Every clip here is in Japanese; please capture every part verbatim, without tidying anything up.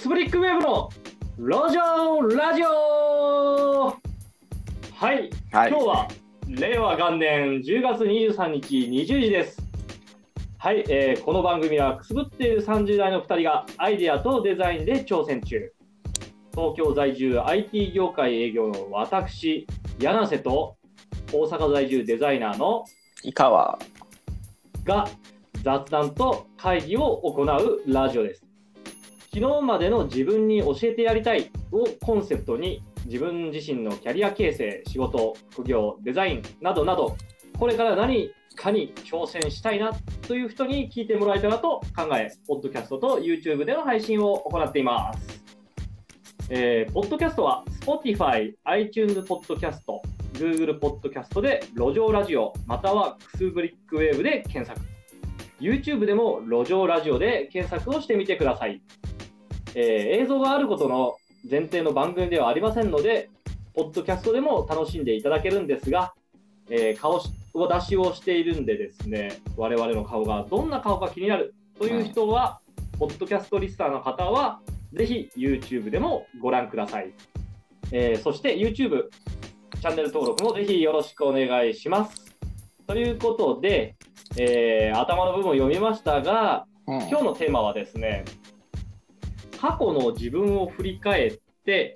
スブリックウェブの路上ラジオ。はい、はい、今日は令和元年じゅうがつにじゅうさんにちにじゅうじです。はい、えー、この番組はくすぶっているさんじゅうだいのふたりがアイデアとデザインで挑戦中。東京在住 アイティー 業界営業の私柳瀬と大阪在住デザイナーの井川が雑談と会議を行うラジオです。昨日までの自分に教えてやりたいをコンセプトに、自分自身のキャリア形成、仕事、副業、デザインなどなど、これから何かに挑戦したいなという人に聞いてもらえたらと考え、ポッドキャストと YouTube での配信を行っています。えー、ポッドキャストは Spotify、iTunes ポッドキャスト、Google ポッドキャストで路上ラジオまたはくすぶりックウェーブで検索。YouTube でも路上ラジオで検索をしてみてください。えー、映像があることの前提の番組ではありませんので、ポッドキャストでも楽しんでいただけるんですが、えー、顔を出しをしているんでですね、我々の顔がどんな顔か気になるという人は、うん、ポッドキャストリスナーの方はぜひ YouTube でもご覧ください。えー、そして YouTube チャンネル登録もぜひよろしくお願いします。ということで、えー、頭の部分を読みましたが、うん、今日のテーマはですね、過去の自分を振り返って、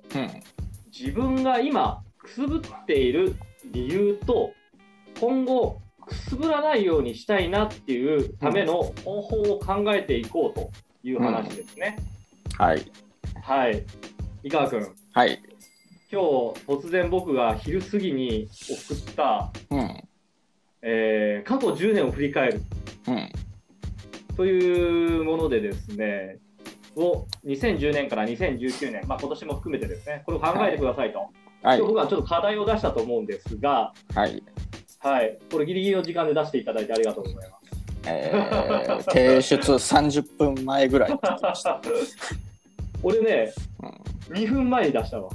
うん、自分が今くすぶっている理由と今後くすぶらないようにしたいなっていうための方法を考えていこうという話ですね。 うん、はい。 はい。井川くん。 はい。 今日突然僕が昼過ぎに送った、うんえー、過去じゅうねんを振り返る、うん、というものでですね、をにせんじゅうねんからにせんじゅうきゅうねん、まあ、今年も含めてですね、これを考えてくださいと、はい、今日僕はちょっと課題を出したと思うんですが、はいはい、これギリギリの時間で出していただいてありがとうございます。 えー、提出さんじゅっぷんまえぐらいに聞きました俺ね、うん、にふんまえに出したわ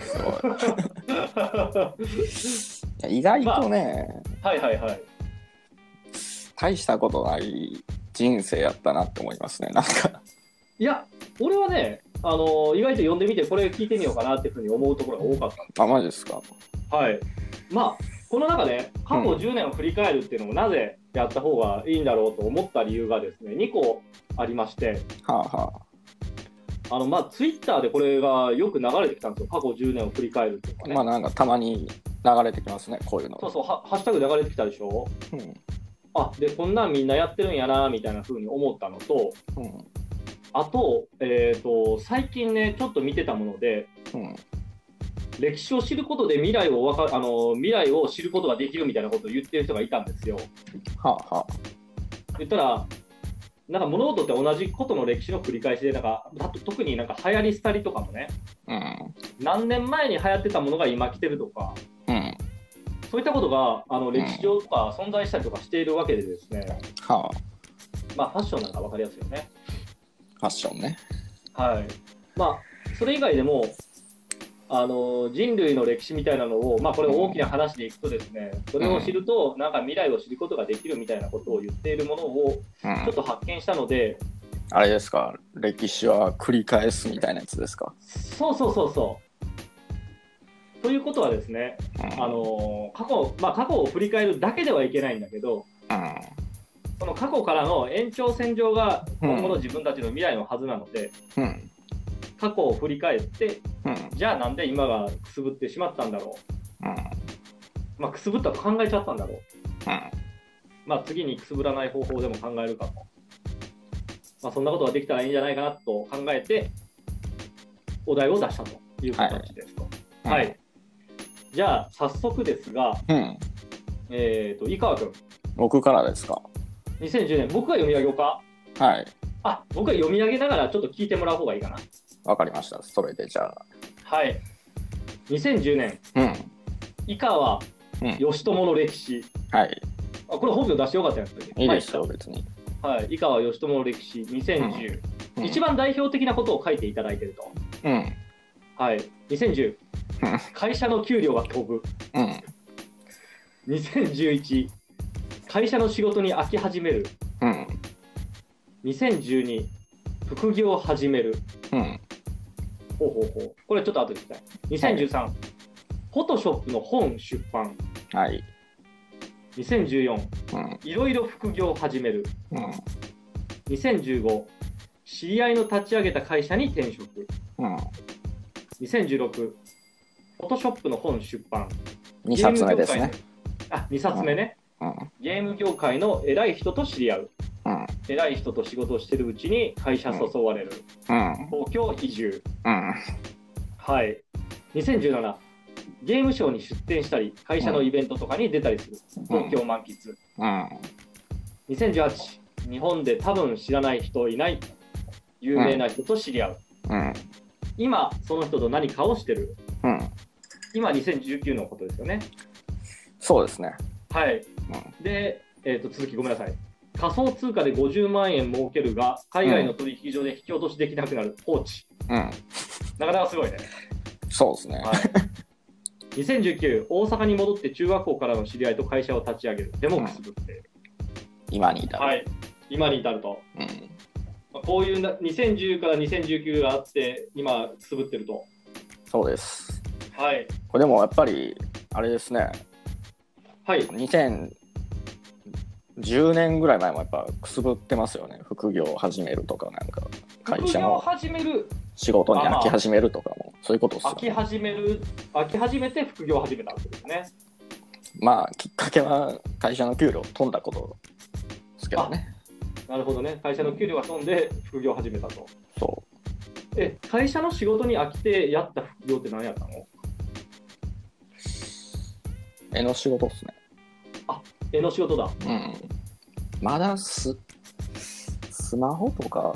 意外とね、 まあ、はいはいはい、 大したことない人生やったなって思いますね。なんかいや、俺はね、あのー、意外と読んでみてこれ聞いてみようかなっていうふうに思うところが多かったんです。 あ、マジですか。 はい。まあこの中で過去じゅうねんを振り返るっていうのもなぜやった方がいいんだろうと思った理由がですね、にこありまして、はあはあ、あのまあツイッターでこれがよく流れてきたんですよ。過去じゅうねんを振り返るっていうかね。 まあなんかたまに流れてきますね、こういうの。 そうそう、はハッシュタグ流れてきたでしょ。うん。あ、でこんなんみんなやってるんやなみたいな風に思ったのと。うん。あと、えーと、最近ね、ちょっと見てたもので、うん、歴史を知ることで未来をわかあの未来を知ることができるみたいなことを言ってる人がいたんですよ。はあはあ、言ったら、なんか物事って同じことの歴史の繰り返しで、なんか特になんか流行り廃りとかもね、うん、何年前に流行ってたものが今来てるとか、うん、そういったことがあの歴史上とか存在したりとかしているわけでですね、うんはあ、まあファッションなんか分かりやすいよね。 ファッションね。 はい。まあそれ以外でもあの人類の歴史みたいなのを、まあこれ大きな話でいくとですね、それを知るとなんか未来を知ることができるみたいなことを言っているものをちょっと発見したので、 うん、あれですか、歴史は繰り返すみたいなやつですか。 そうそうそうそう。ということはですね、うん、あの過去、まあ過去を振り返るだけではいけないんだけど。うんその過去からの延長線上が今後の自分たちの未来のはずなので、うん、過去を振り返って、うん、じゃあなんで今がくすぶってしまったんだろう、うんまあ、くすぶったと考えちゃったんだろう、うんまあ、次にくすぶらない方法でも考えるかと、まあ、そんなことができたらいいんじゃないかなと考えてお題を出したという形ですと、はいはい、じゃあ早速ですが、うんえー、と井川君、 僕からですか。 にせんじゅうねん、僕が読み上げようか。 はい。 あ、僕が読み上げながらちょっと聞いてもらう方がいいかな。 わかりました。それでじゃあ。 はい。にせんじゅうねん、うん、井川義朝の歴史。うん、はい。あ、これ本名出してよかったやつだっけ。 いいですよ、別に。 はい。井川義朝の歴史にせんじゅう、うん。一番代表的なことを書いていただいていると。うん。はい。にせんじゅう、会社の給料が飛ぶ。うん。にせんじゅういち、会社の仕事に飽き始める、うん、にせんじゅうに副業を始める、うん、 ほうほうほう。これちょっと後で聞きたい。にせんじゅうさん、はい、フォトショップの本出版。 はい。 にせんじゅうよん、 うん、 いろいろ副業を始める。 うん、 にせんじゅうご、知り合いの立ち上げた会社に転職。 うん、 にせんじゅうろく、フォトショップの本出版。 にさつめですね。 あ、にさつめね、 うんうん、 ゲーム業界の偉い人と知り合う。 うん、 偉い人と仕事をしてるうちに会社誘われる。 うん、 東京移住。 うん、 はい。にせんじゅうなな、ゲームショーに出展したり、会社のイベントとかに出たりする。東京満喫。 うん、 にせんじゅうはち、日本で多分知らない人いない有名な人と知り合う。 うん、 今、その人と何かをしてる。 うん、 今、にせんじゅうきゅうのことですよね。 そうですね。 はい。 うん、 で、えーと、続きごめんなさい。仮想通貨でごじゅうまんえん儲けるが、海外の取引所で引き落としできなくなる。放置。 うん。なかなかすごいね。 そうですね。 はい、にせんじゅうきゅう、大阪に戻って中学校からの知り合いと会社を立ち上げる。でもくすぶっている。 うん、今に至る。 はい。今に至ると。 うん、 まあ、こういうなにせんじゅうからにせんじゅうきゅうがあって、今くすぶってると。 そうです。 はい。 これでもやっぱり、あれですね。 はい。 にせんじゅうねんぐらい前もやっぱくすぶってますよね。副業を始めるとか、なんか会社の仕事に飽き始めるとかも、そういうことですよね。 飽き始める、飽き始めて副業を始めたわけですね。 まあ、きっかけは会社の給料飛んだことですけどね。 なるほどね。会社の給料が飛んで副業を始めたと。 そう。 え、会社の仕事に飽きてやった副業って何やったの？ 絵の仕事ですね。 あ、絵の仕事だ。 うん。まだス、スマホとか。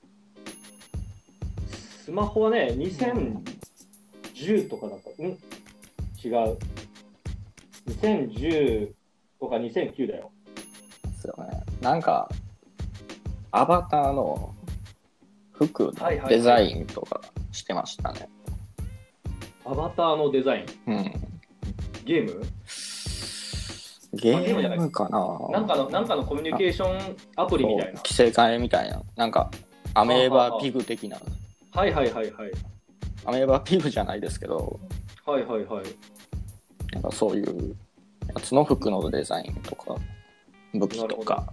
スマホはね、にせんじゅうとかだった。うん、違う。にせんじゅうとかにせんきゅうだよ。 ですよね。なんか、アバターの服のデザインとかしてましたね。 アバターのデザイン。 うん。 ゲーム？ ゲームかな。 なんかの、なんかのコミュニケーションアプリみたいな。 規制替えみたいな。なんか、アメーバピグ的な。 はいはいはいはい。 アメーバピグじゃないですけど。 はいはいはい。 なんかそういうやつの服のデザインとか、武器とか。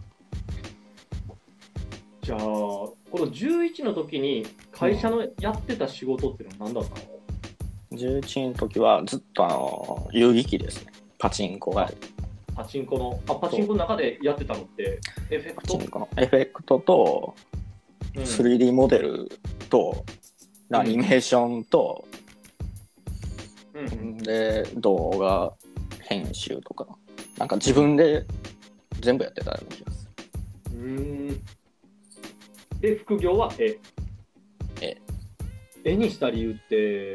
じゃあ、このじゅういちの時に会社のやってた仕事っていうのは何だったの？ うん、じゅういちの時はずっとあの遊戯機ですね。パチンコが。 パチンコの、あ、パチンコの中でやってたのってエフェクト？ パチンコのエフェクトと スリーディー モデルと、うん、アニメーションと、うん、で動画編集とかなんか自分で全部やってたような気がする。うーん。で副業は絵。 絵。 絵にした理由って？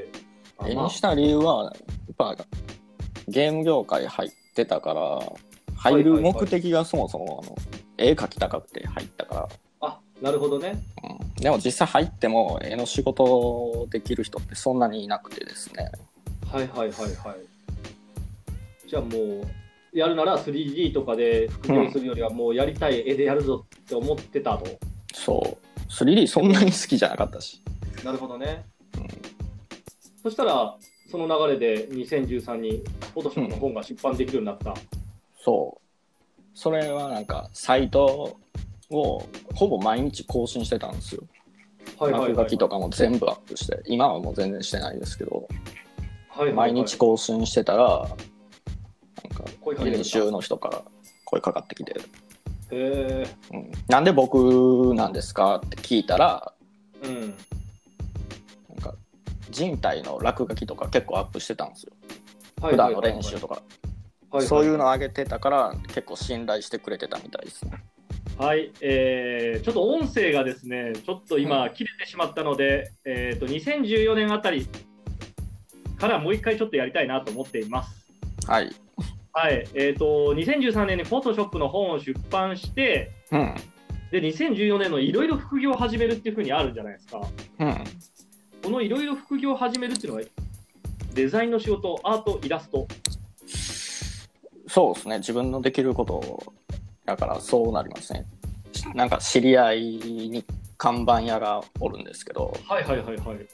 絵にした理由はやっぱゲーム業界入ってたから入る目的がそもそもあの絵描きたかって入ったから。 あ、なるほどね、 うん、でも実際入っても絵の仕事できる人ってそんなにいなくてですね。 はいはいはいはい。じゃあもうやるなら スリーディー とかで副業するよりはもうやりたい絵でやるぞって思ってたと、うん、 そう スリーディー そんなに好きじゃなかったし。 なるほどね、うん、そしたらその流れでにせんじゅうさんにフォトショップの本が出版できるようになった、うん、 そうそれはなんかサイトをほぼ毎日更新してたんですよ。はいはいはいはい、落書きとかも全部アップして、今はもう全然してないですけど、はいはいはい、毎日更新してたらなんか編集の人から声かかってきて、 へー、うん、なんで僕なんですかって聞いたら、うん、なんか人体の落書きとか結構アップしてたんですよ、はいはいはいはい、普段の練習とか、はいはいはい、そういうの上げてたから結構信頼してくれてたみたいですね。 はい、えー、ちょっと音声がですねちょっと今切れてしまったので、うん、えーとにせんじゅうよねんあたりからもう一回ちょっとやりたいなと思っています。 はい、 はい、えーとにせんじゅうさんねんにフォトショップの本を出版して、うん、でにせんじゅうよねんのいろいろ副業を始めるっていう風にあるじゃないですか、うん、このいろいろ副業を始めるっていうのはデザインの仕事、アート、イラスト。 そうですね、自分のできることだからそうなりますね。なんか知り合いに看板屋がおるんですけど、 はいはいはいはい、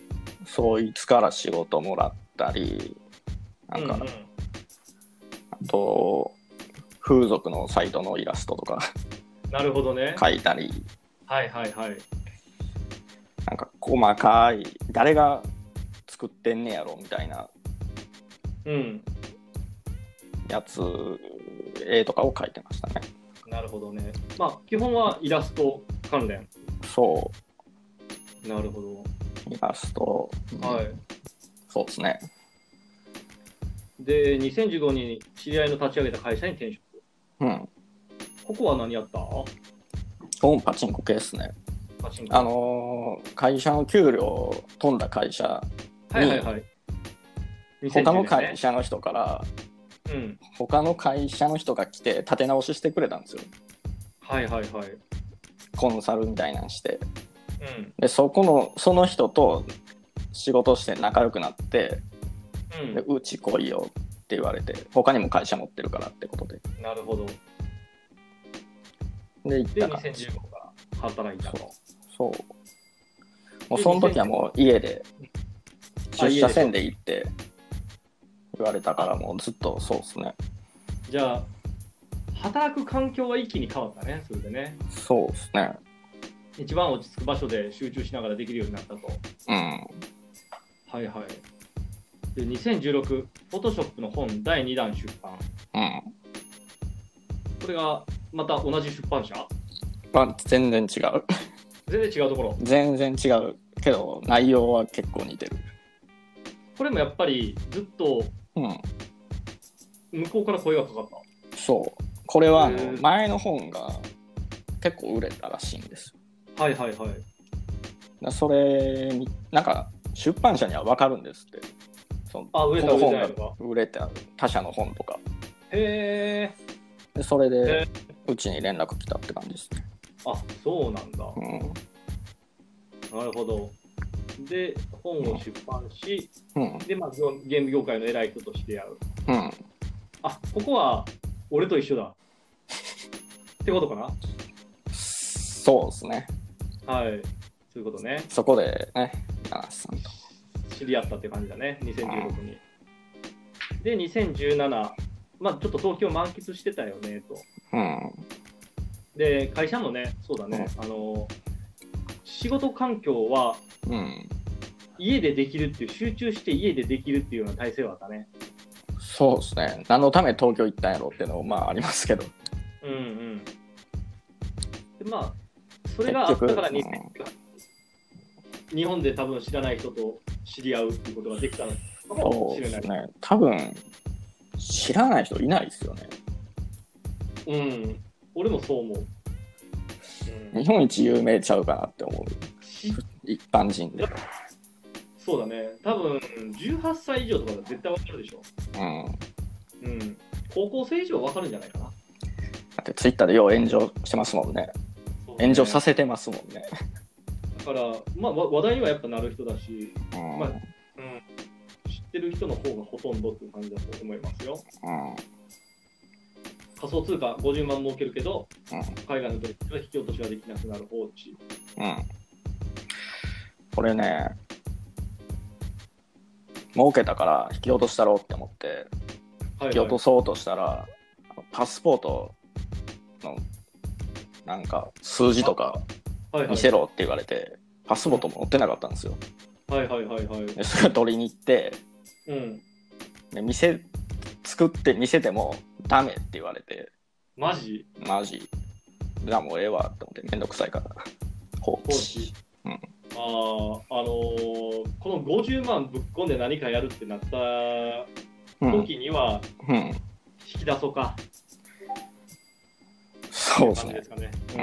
そいつから仕事もらったり、なんか、うんうん、あと風俗のサイトのイラストとかなるほどね描いたり、 はいはいはい、 なんか細かい誰が作ってんねやろみたいなやつ、うん、絵とかを描いてましたね。 なるほどね。まあ基本はイラスト関連。 そう。 なるほど。 イラスト、 はい。 そうですね。 で、にせんじゅうごにん知り合いの立ち上げた会社に転職。 うん。 ここは何やった？ 本パチンコ系ですね。 パチンコ。 あのー、会社の給料飛んだ会社に、はいはいはい。他の会社の人から、うん、他の会社の人が来て立て直ししてくれたんですよ。 はいはいはい。 コンサルみたいなのして、 うん、 でそこのその人と仕事して仲良くなって、うん、でうち来いよって言われて、他にも会社持ってるからってことで。 なるほど。 で行ったからでにせんじゅうごから働いたと。 そうそう。もうその時はもう家で出社せんで行って言われたから、もうずっとそうですね。 じゃあ働く環境は一気に変わったね、それでね。 そうですね。 一番落ち着く場所で集中しながらできるようになったと。 うん。 はいはい。で、にせんじゅうろく、フォトショップの本だいにだん出版。 うん。 これがまた同じ出版社？ あ、全然違う。 全然違うところ？ 全然違うけど、内容は結構似てる。 これもやっぱりずっと、 うん、 向こうから声がかかった？ そう。これはあの前の本が結構売れたらしいんです。 はいはいはい。 だそれになんか出版社には分かるんですって。そのあ、売れたこの本が売れた他社の本とか。 へえ。でそれでうちに連絡来たって感じですね。 あ、そうなんだ。 うん、 なるほど。で、本を出版し、 うん、 で、まあ、ゲーム業界の偉い人として会う。 うん。 あ、ここは俺と一緒だ。ってことかな？ そうですね。 はい。そういうことね。 そこでね、柳瀬さんと知り合ったって感じだね、にせんじゅうろくに。うん、で、にせんじゅうなな、まあちょっと東京満喫してたよねと。 うん。 で、会社もね、そうだね、うん、あの、仕事環境は、 うん、 家でできるっていう、集中して家でできるっていうような体制はあったね。 そうですね。何のため東京行ったんやろっていうのもまあありますけど。 うんうん。でまあそれがあったからに、うん、日本で多分知らない人と知り合うっていうことができたのかもしれない。そうですね。 多分知らない人いないですよね。 うん。俺もそう思う。 うん、日本一有名ちゃうかなって思う。一般人で。 そうだね。多分じゅうはっさい以上とかだ絶対わかるでしょ。うん。うん。高校生以上わかるんじゃないかな。 だってツイッターでよう炎上してますもんね。炎上させてますもんね。 だから、まあ、話題にはやっぱなる人だし、 うんまあうん、知ってる人の方がほとんどっていう感じだと思いますよ。 うん、 仮想通貨ごじゅうまん儲けるけど、 うん、 海外の取引は引き落としができなくなる放置。 うん、これね、儲けたから引き落としたろうって思って引き落とそうとしたら、はいはい、パスポートのなんか数字とか見せろって言われて、はいはい、パスポートも持ってなかったんですよ。 はいはいはいはい。 でそれ取りに行って、 うん、 で店作って見せてもダメって言われて。 マジ？ マジ。じゃあもうええわと思ってめんどくさいから放置。放置。うん。 ああ、あのー、このごじゅうまんぶっ込んで何かやるってなった時には、うんうん、引き出そうか。 そうですね。 ですかね。 うん。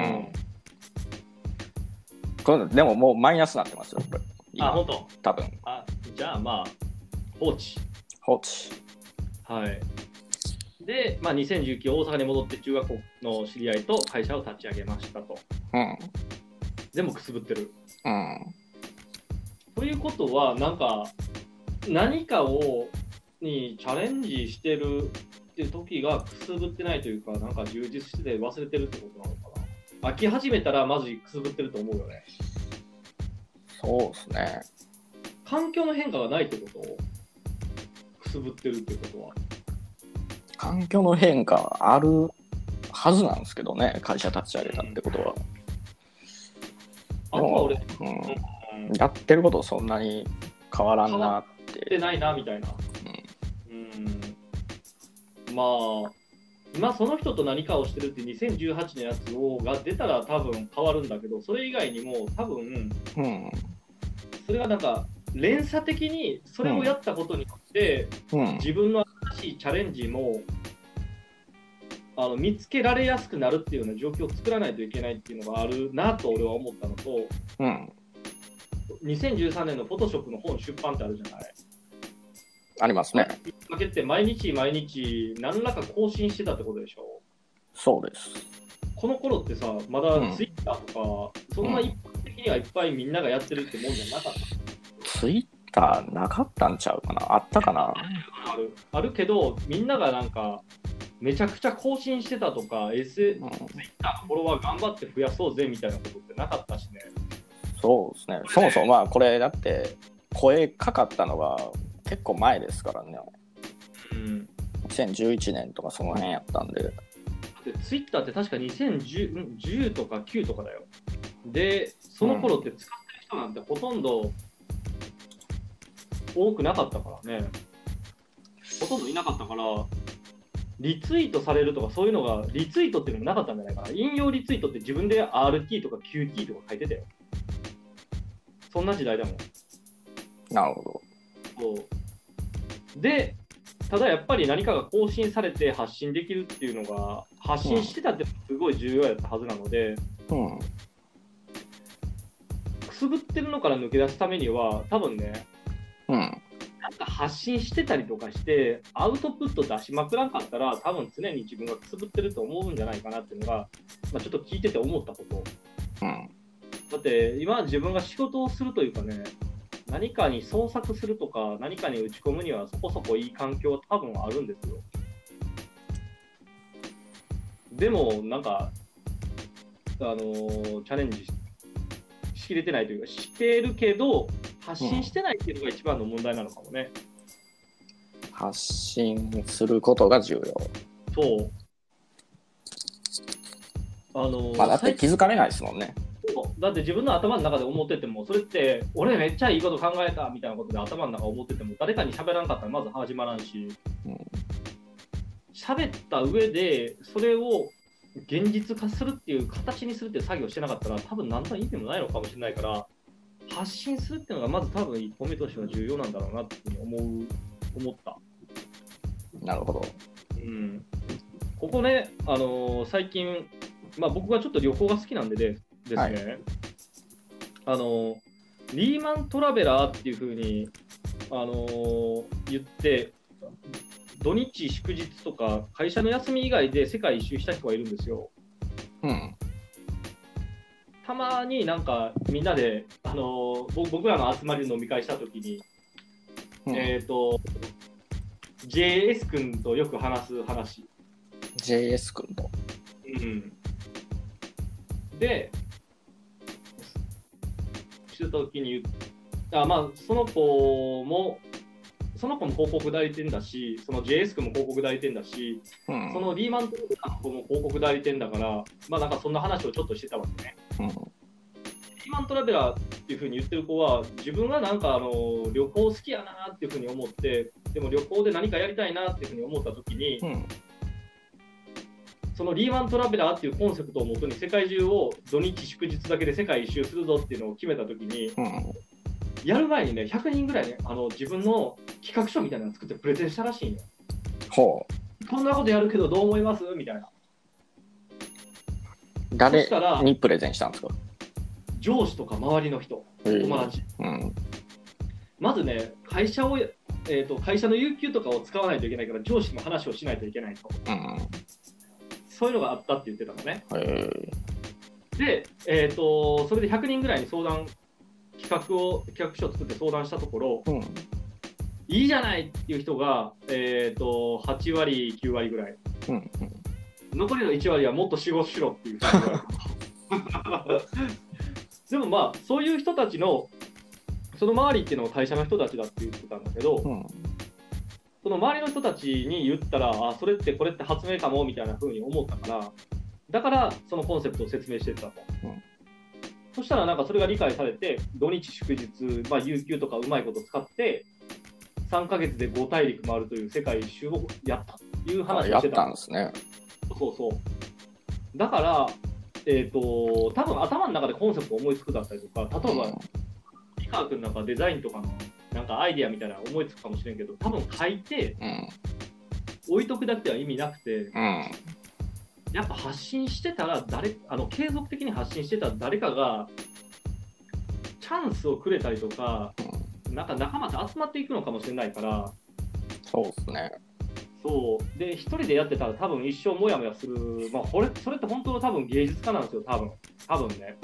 これでももうマイナスになってますよ。これあ、本当。 多分。 あ、じゃあまあ放置。 放置。 はい。で、まあ、にせんじゅうきゅう大阪に戻って中学校の知り合いと会社を立ち上げましたと。 うん。 全部くすぶってる。 うん。 ということはなんか何かをにチャレンジしてるっていう時がくすぶってないというか、なんか充実して忘れてるってことなのかな。飽き始めたらマジくすぶってると思うよね。 そうですね。 環境の変化がないってことをくすぶってるってことは、 環境の変化あるはずなんですけどね、会社立ち上げたってことは。 あとは俺、 うんうん、やってることそんなに変わらんなって。 変わってないなみたいな。うん、うんまあ今その人と何かをしてるってにせんじゅうはちのやつをが出たら多分変わるんだけど、それ以外にも多分、うん、それがなんか連鎖的にそれをやったことによって、うん、自分の新しいチャレンジもあの見つけられやすくなるっていうような状況を作らないといけないっていうのがあるなと俺は思ったのと、うん、にせんじゅうさんねんのフォトショップの本出版ってあるじゃない。 ありますね。 かけて毎日毎日何らか更新してたってことでしょ。 そうです。 この頃ってさ、まだツイッターとか、うん、そんな一般的にはいっぱいみんながやってるってもんじゃなかった。 ツイッターなかったんちゃうかな。あったかな。 あるあるけど、みんながなんかめちゃくちゃ更新してたとか、S うん、ツイッターのフォロワー頑張って増やそうぜみたいなことってなかったしね。 そうですね。そもそもまあこれだって声かかったのが結構前ですからね。うん。にせんじゅういちねんとかその辺やったんで。 でツイッターって確かにせんじゅうとかきゅうとかだよ。で、その頃って使ってる人なんてほとんど多くなかったからね。ほとんどいなかったから、リツイートされるとかそういうのが、リツイートっていうのもなかったんじゃないかな。引用リツイートって自分で アールティー とか キューティー とか書いてたよ。そんな時代だもん。 なるほど。 そうで、ただやっぱり何かが更新されて発信できるっていうのが、発信してたってすごい重要やったはずなので、うん、くすぶってるのから抜け出すためには、多分ね、うん、なんか発信してたりとかして、アウトプット出しまくらんかったら、多分常に自分がくすぶってると思うんじゃないかなっていうのが、まあ、ちょっと聞いてて思ったこと。うん、だって今自分が仕事をするというかね、何かに創作するとか何かに打ち込むにはそこそこいい環境は多分あるんですよ。でもなんかあのー、チャレンジ し, しきれてないというか、してるけど発信してないっていうのが一番の問題なのかもね。 うん、発信することが重要。 そうあのー、 まあだって気づかれないですもんね。 だって自分の頭の中で思ってても、それって俺めっちゃいいこと考えたみたいなことで頭の中思ってても、誰かに喋らんかったらまず始まらんし、喋、うん、った上でそれを現実化するっていう形にするっていう作業してなかったら、多分何の意味もないのかもしれないから、発信するっていうのがまず多分一歩目としては重要なんだろうなって思う思った。 なるほど。 うん。ここね、あのー、最近、まあ僕がちょっと旅行が好きなんでね。ですね、はい、あのリーマントラベラーっていう風にあの言って土日祝日とか会社の休み以外で世界一周した人がいるんですよ。うん、たまになんかみんなであの僕らの集まりの飲み会した時に、うん、えっ、ー、と ジェイエス 君とよく話す話。 ジェイエス 君と。 うん。で。した時にあまあその子もその子も広告代理店だし、その ジェイエス 君も広告代理店だし、うん、そのリーマントラベラーの子も広告代理店だから、まあなんかそんな話をちょっとしてたわけね。うん、リーマントラベラーっていう風に言ってる子は、自分がなんかあの旅行好きやなっていう風に思って、でも旅行で何かやりたいなっていう風に思った時に、うん、そのリーマントラベラーっていうコンセプトをもとに世界中を土日祝日だけで世界一周するぞっていうのを決めたときに、うん、やる前にねひゃくにんぐらいねあの自分の企画書みたいなのを作ってプレゼンしたらしいんよ。ほう。こんなことやるけどどう思いますみたいな。 誰にプレゼンしたんですか？ 上司とか周りの人、友達、うん、まずね会社を、えーと、会社の有給とかを使わないといけないから上司の話をしないといけないと。うんそういうのがあったって言ってたのね。で、えーと、それでひゃくにんぐらいに相談、企画を、企画書を作って相談したところ、うん、いいじゃないっていう人が、えーと、はちわり、きゅうわりぐらい。うんうん、残りのいちわりはもっと仕事しろっていう人がでもまあ、そういう人たちのその周りっていうのを会社の人たちだって言ってたんだけど、 うん、 その周りの人たちに言ったら、あ、それってこれって発明かもみたいな風に思ったから、だからそのコンセプトを説明してたと。うん、そしたらなんかそれが理解されて、土日祝日、まあ、有給とかうまいこと使って、さんかげつでご大陸回るという世界一周をやったという話をしてた。 やったんですね。 そうそう。だから、えーと、多分頭の中でコンセプトを思いつくだったりとか、例えば、井川君なんかデザインとかのなんかアイディアみたいなの思いつくかもしれんけど、多分書いて、うん、置いとくだけでは意味なくて、うん、やっぱ発信してたら誰あの継続的に発信してたら誰かがチャンスをくれたりとか、うん、なんか仲間と集まっていくのかもしれないから。 そうですね。 そうで一人でやってたら多分一生モヤモヤする、まあ、これそれって本当の多分芸術家なんですよ、多分多分ね。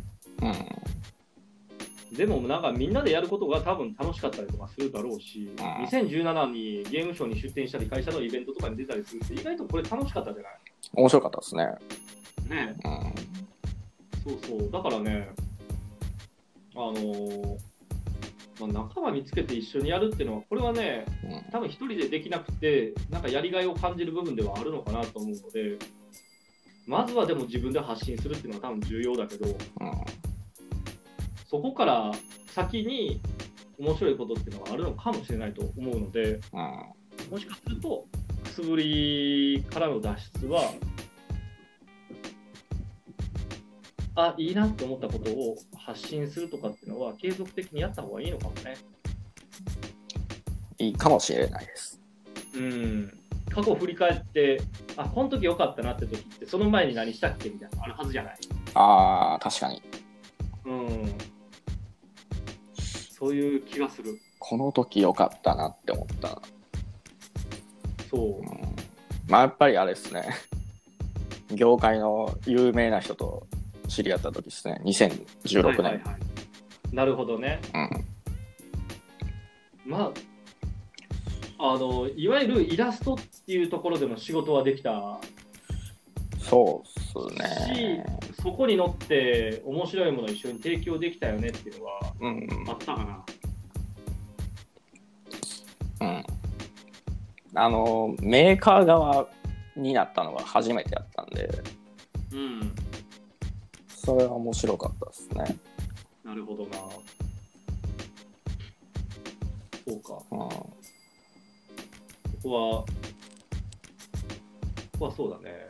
うん、でもなんかみんなでやることが多分楽しかったりとかするだろうし、うん、にせんじゅうななにゲームショーに出展したり会社のイベントとかに出たりするって意外とこれ楽しかったじゃない。 面白かったですね。 ね、うん、そうそうだからね、あのーまあ、仲間見つけて一緒にやるっていうのはこれはね、うん、多分一人でできなくてなんかやりがいを感じる部分ではあるのかなと思うので、まずはでも自分で発信するっていうのは多分重要だけど、うん、そこから先に面白いことっていうのはあるのかもしれないと思うので、うん、もしかするとくすぶりからの脱出はあ、いいなって思ったことを発信するとかっていうのは継続的にやった方がいいのかもね。 いいかもしれないです。 うん。過去を振り返って、あ、この時良かったなって時ってその前に何したっけみたいなのあるはずじゃない。 ああ、確かに。 うん。そういう気がする。 この時良かったなって思った。 そう。 うん、まあやっぱりあれですね。業界の有名な人と知り合った時ですね、にせんじゅうろくねん。はいはいはい、 なるほどね。 うん、 まあ、あのいわゆるイラストっていうところでも仕事はできた。 そうっすね。 し、そこに乗って面白いものを一緒に提供できたよねっていうのはあったかな。 うん。うん、あのメーカー側になったのが初めてやったんで。 うん。 それは面白かったですね。 なるほどな。そうか。うん、ここは、ここはそうだね。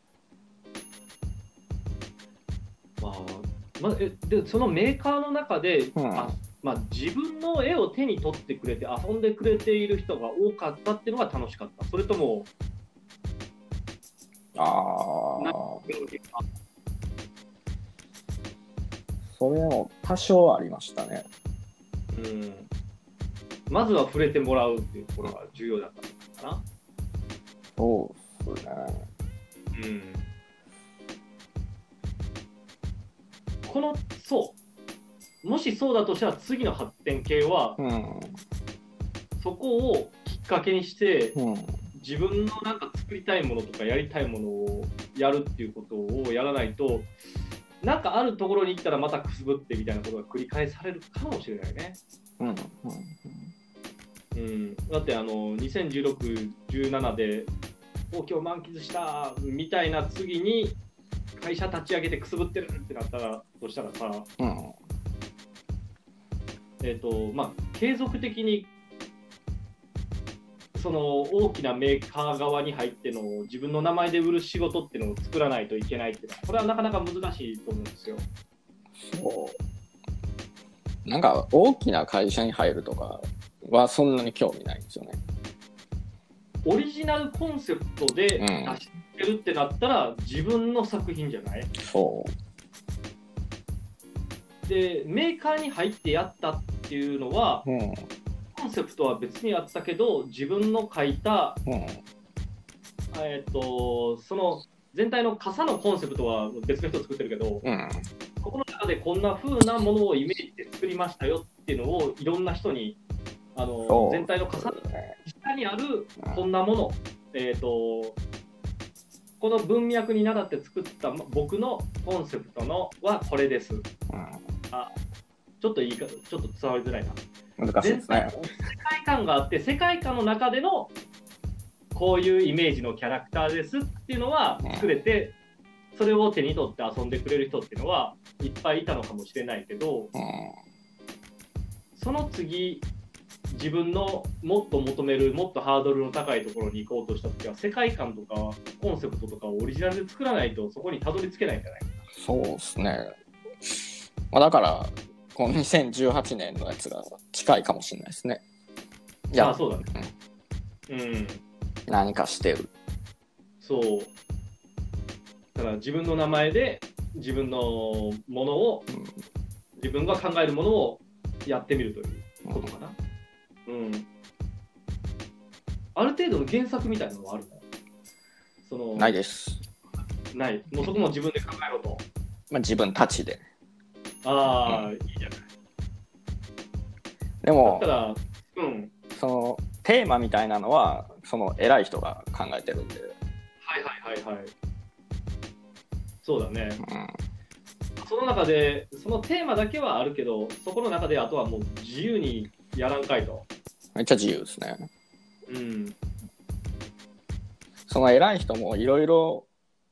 まあ、まえでそのメーカーの中で、うん、あまあ、自分の絵を手に取ってくれて遊んでくれている人が多かったっていうのが楽しかった。それとも、 ああ。それも多少ありましたね。 うん。まずは触れてもらうっていうところが重要だったのかな。 そうですね。 うん。このそうもしそうだとしたら次の発展系は、うん、そこをきっかけにして、うん、自分のなんか作りたいものとかやりたいものをやるっていうことをやらないと。なんかあるところに行ったらまたくすぶってみたいなことが繰り返されるかもしれないね。うんうんうん、だってあのにせんじゅうろく、じゅうななで東京満喫したみたいな次に会社立ち上げてくすぶってるってなったらとしたらさ、うん、えっとまあ継続的にその大きなメーカー側に入っての自分の名前で売る仕事っていうのを作らないといけないっていうのはこれはなかなか難しいと思うんですよ。 そうなんか大きな会社に入るとかはそんなに興味ないんですよね。 オリジナルコンセプトで出してるってなったら、うん、自分の作品じゃない？そうでメーカーに入ってやったっていうのは、うんコンセプトは別にあったけど自分の書いた、うんえー、とその全体の傘のコンセプトは別の人作ってるけど、うん、ここの中でこんな風なものをイメージで作りましたよっていうのをいろんな人にあの全体の傘の下にあるこんなもの、うんえー、とこの文脈に倣って作った僕のコンセプトのはこれです、うん、あちょっといいか、ちょっと伝わりづらいな。 難しいですね。 世界観があって、世界観の中でのこういうイメージのキャラクターですっていうのは作れて、うん、それを手に取って遊んでくれる人っていうのはいっぱいいたのかもしれないけど、うん、その次自分のもっと求めるもっとハードルの高いところに行こうとした時は世界観とかコンセプトとかをオリジナルで作らないとそこにたどり着けないんじゃないかな。 そうですね、まあ、だからこのにせんじゅうはちねんのやつが近いかもしれないですね。 いや、そうだね、うん、うん、 何かしてる。 そうだから自分の名前で自分のものを、うん、自分が考えるものをやってみるということかな、うんうん、ある程度の原作みたいなのはあるかな。そのないです。 ない。もうそこも自分で考えろと。 まあ、自分たちで。 ああ、うん、いいじゃない。 でもだったら、うん、 そのテーマみたいなのはその偉い人が考えてるんで。 はいはいはいはい。そうだね。うん、その中でそのテーマだけはあるけど、そこの中であとはもう自由にやらんかいと。 めっちゃ自由ですね。 うん。 その偉い人もいろいろ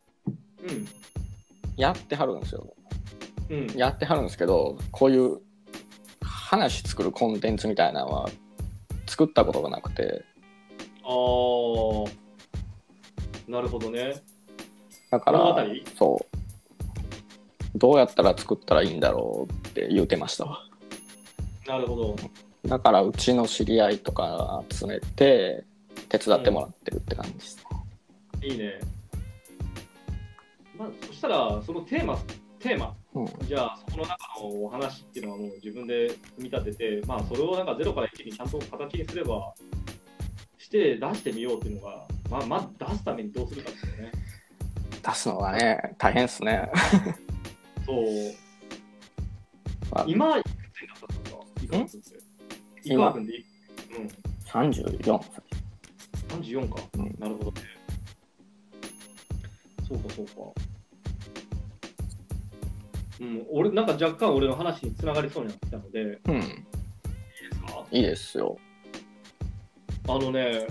やってはるんですよ、うん、やってはるんですけど、こういう話作るコンテンツみたいなのは作ったことがなくて。 ああ、なるほどね。 だからそうどうやったら作ったらいいんだろうって言うてましたわ。 なるほど。 だからうちの知り合いとか集めて手伝ってもらってるって感じですね、 うん、いいね。まあ、そしたらそのテーマテーマ、うん、じゃあそこの中のお話っていうのはもう自分で組み立てて、まあそれをなんかゼロからいちにちゃんと形にすればして出してみようっていうのが、まあ、まず出すためにどうするかですよね。 出すのはね大変ですね。 そう、まあ、今いくつになったんですか？井川君って。井川君でいい？うん。 さんじゅうよんさい。 さんじゅうよんか、うん。なるほどね。そうかそうか。うん、俺なんか若干俺の話につながりそうになってきたので、うん、いいですか？ いいですよ。 あのね、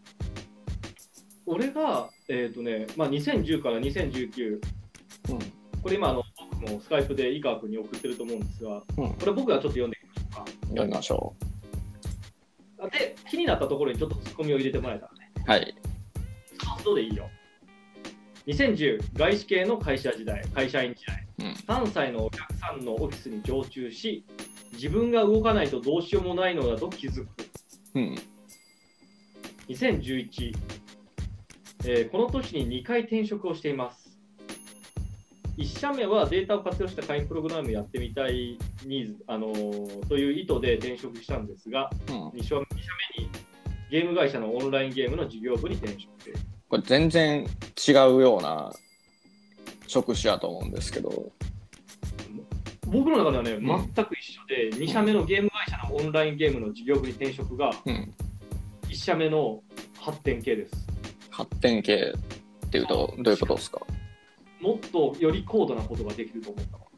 俺がえっ、ー、とね、まあにせんじゅうからにせんじゅうきゅう、うん、これ今あの僕もスカイプで井川君に送ってると思うんですが、うん、これ僕がちょっと読んでいきましょうか。 読みましょう。で、気になったところにちょっとツッコミを入れてもらえたらね。 はい。 そうでいいよ。にせんじゅう、外資系の会社時代、会社員時代、うん、さんさいのお客さんのオフィスに常駐し、自分が動かないとどうしようもないのだと気づく。うん、にせんじゅういち、えー、この年ににかい転職をしています。いっ社目はデータを活用した会員プログラムをやってみたいニーズ、あのー、という意図で転職したんですが、うん、に社目にゲーム会社のオンラインゲームの事業部に転職。 これ全然違うような職種やと思うんですけど、 僕の中ではね、うん、全く一緒で、に社目のゲーム会社のオンラインゲームの事業部に転職が、うん、いっ社目の発展系です。 発展系っていうとどういうことですか？ もっとより高度なことができると思ったの。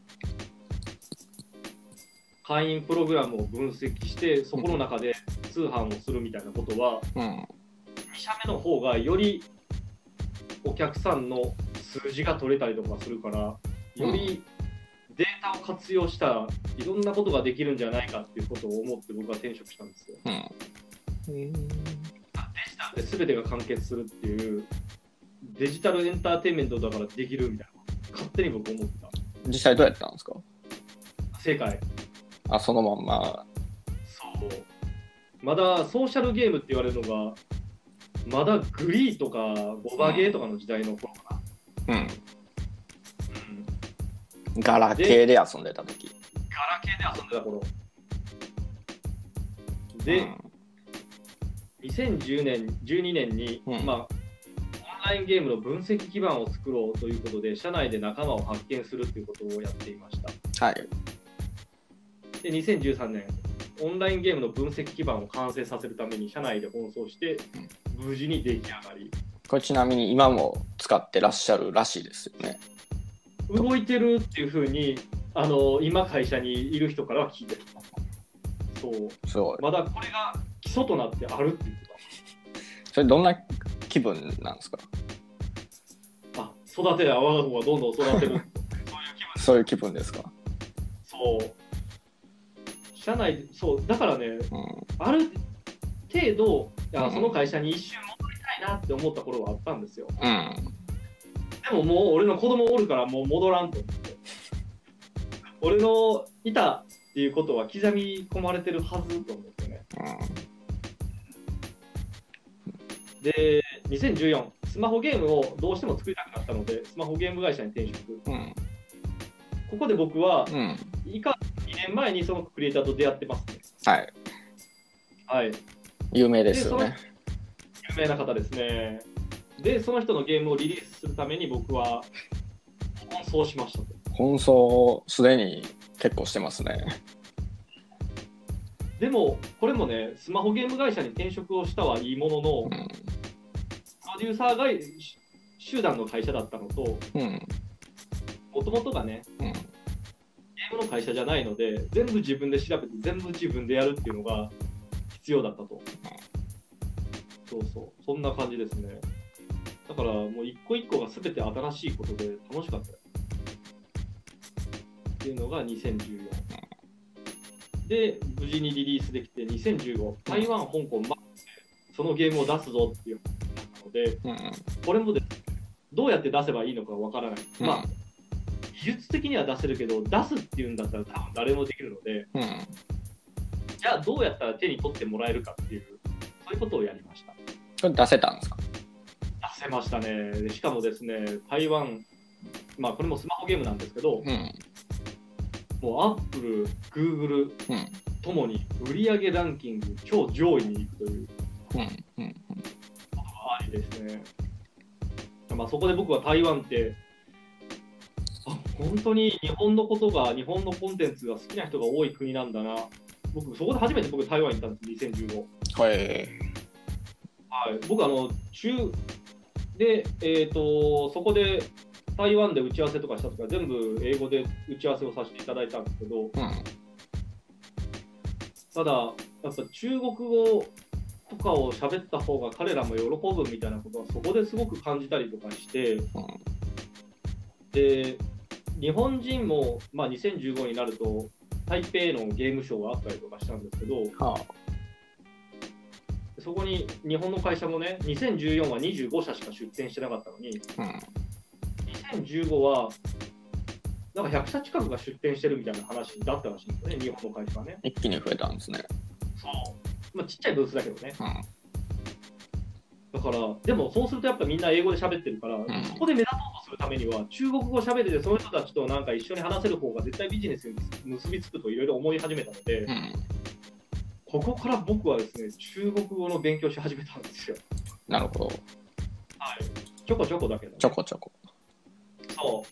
会員プログラムを分析してそこの中で通販をするみたいなことは、うん、に社目の方がよりお客さんの数字が取れたりとかするから、よりデータを活用したいろんなことができるんじゃないかっていうことを思って僕は転職したんですよ。うん、デジタルで全てが完結するっていうデジタルエンターテインメントだからできるみたいな勝手に僕思ってた。 実際どうやったんですか？ 正解。 あ、そのまんま。 そう。まだソーシャルゲームって言われるのがまだグリーとかボバゲーとかの時代の頃かな。うん。 うん、ガラケーで遊んでた時。 ガラケーで遊んでた頃。で、うん、にせんじゅうねん、じゅうにねんに、うん、まあオンラインゲームの分析基盤を作ろうということで、社内で仲間を発見するということをやっていました。はい。で、にせんじゅうさんねん、オンラインゲームの分析基盤を完成させるために社内で奔走して、うん、無事に出来上がり。 これちなみに今も使ってらっしゃるらしいですよね。 動いてるっていうふうにあの今会社にいる人からは聞いてる。そうすごい。 まだこれが基礎となってあるって言ってそれどんな気分なんですか？ た。あ、育てりゃ我が子がどんどん育てる。 そういう気分ですか？ そう社内でそうだからね、 うん、 ある程度いやその会社に一瞬戻りたいなって思った頃はあったんですよ、 うん、 でももう俺の子供おるからもう戻らんと思って、俺のいたっていうことは刻み込まれてるはずと思ってね、うん、でにせんじゅうよんスマホゲームをどうしても作りたくなったのでスマホゲーム会社に転職、うん、ここで僕は、うん、以下にねんまえにそのクリエイターと出会ってますね。 はいはい。 有名ですよね。 有名な方ですね。で、その人のゲームをリリースするために僕は奔走しましたと。 奔走すでに結構してますね。 でも、これもね、スマホゲーム会社に転職をしたはいいものの、うん、プロデューサーが集団の会社だったのと、もともとがね、うん、ゲームの会社じゃないので、全部自分で調べて、全部自分でやるっていうのが必要だったと。そうそう、そんな感じですね。だからもう一個一個が全て新しいことで楽しかったっていうのがにせんじゅうよんで、無事にリリースできてにせんじゅうご、台湾、香港、ま、そのゲームを出すぞっていうので、うん、これもですね、どうやって出せばいいのかわからない、うん、まあ技術的には出せるけど出すっていうんだったら多分誰もできるので、うん、じゃあどうやったら手に取ってもらえるかっていうそういうことをやりました。 それ出せたんですか？ 出せましたね。しかもですね、台湾、まあこれもスマホゲームなんですけど、うん、もうアップル、グーグルともに売上ランキング超上位に行くということがありですね。まあそこで僕は台湾ってあ本当に日本のことが日本のコンテンツが好きな人が多い国なんだな。僕そこで初めて僕台湾に行ったんです。にせんじゅうご。 はい。 はい、僕あの中で、えーと、そこで台湾で打ち合わせとかしたとか全部英語で打ち合わせをさせていただいたんですけど、うん、ただやっぱ中国語とかを喋った方が彼らも喜ぶみたいなことはそこですごく感じたりとかして、うん、で日本人も、まあ、にせんじゅうごになると台北のゲームショーがあったりとかしたんですけど、はあそこに日本の会社もね、にせんじゅうよんはにじゅうごしゃしか出店してなかったのに、うん、にせんじゅうごはなんかひゃくしゃ近くが出店してるみたいな話だったらしいんですよね、日本の会社はね。 一気に増えたんですね。 そう。まあ、ちっちゃいブースだけどね。うん、だから、でもそうするとやっぱみんな英語で喋ってるから、うん、そこで目立とうとするためには、中国語喋ってて、その人たちとなんか一緒に話せる方が絶対ビジネスに結びつくといろいろ思い始めたので、うんここから僕はですね、中国語の勉強し始めたんですよ。 なるほど。 はい。ちょこちょこだけど、ね。 ちょこちょこ。 そう。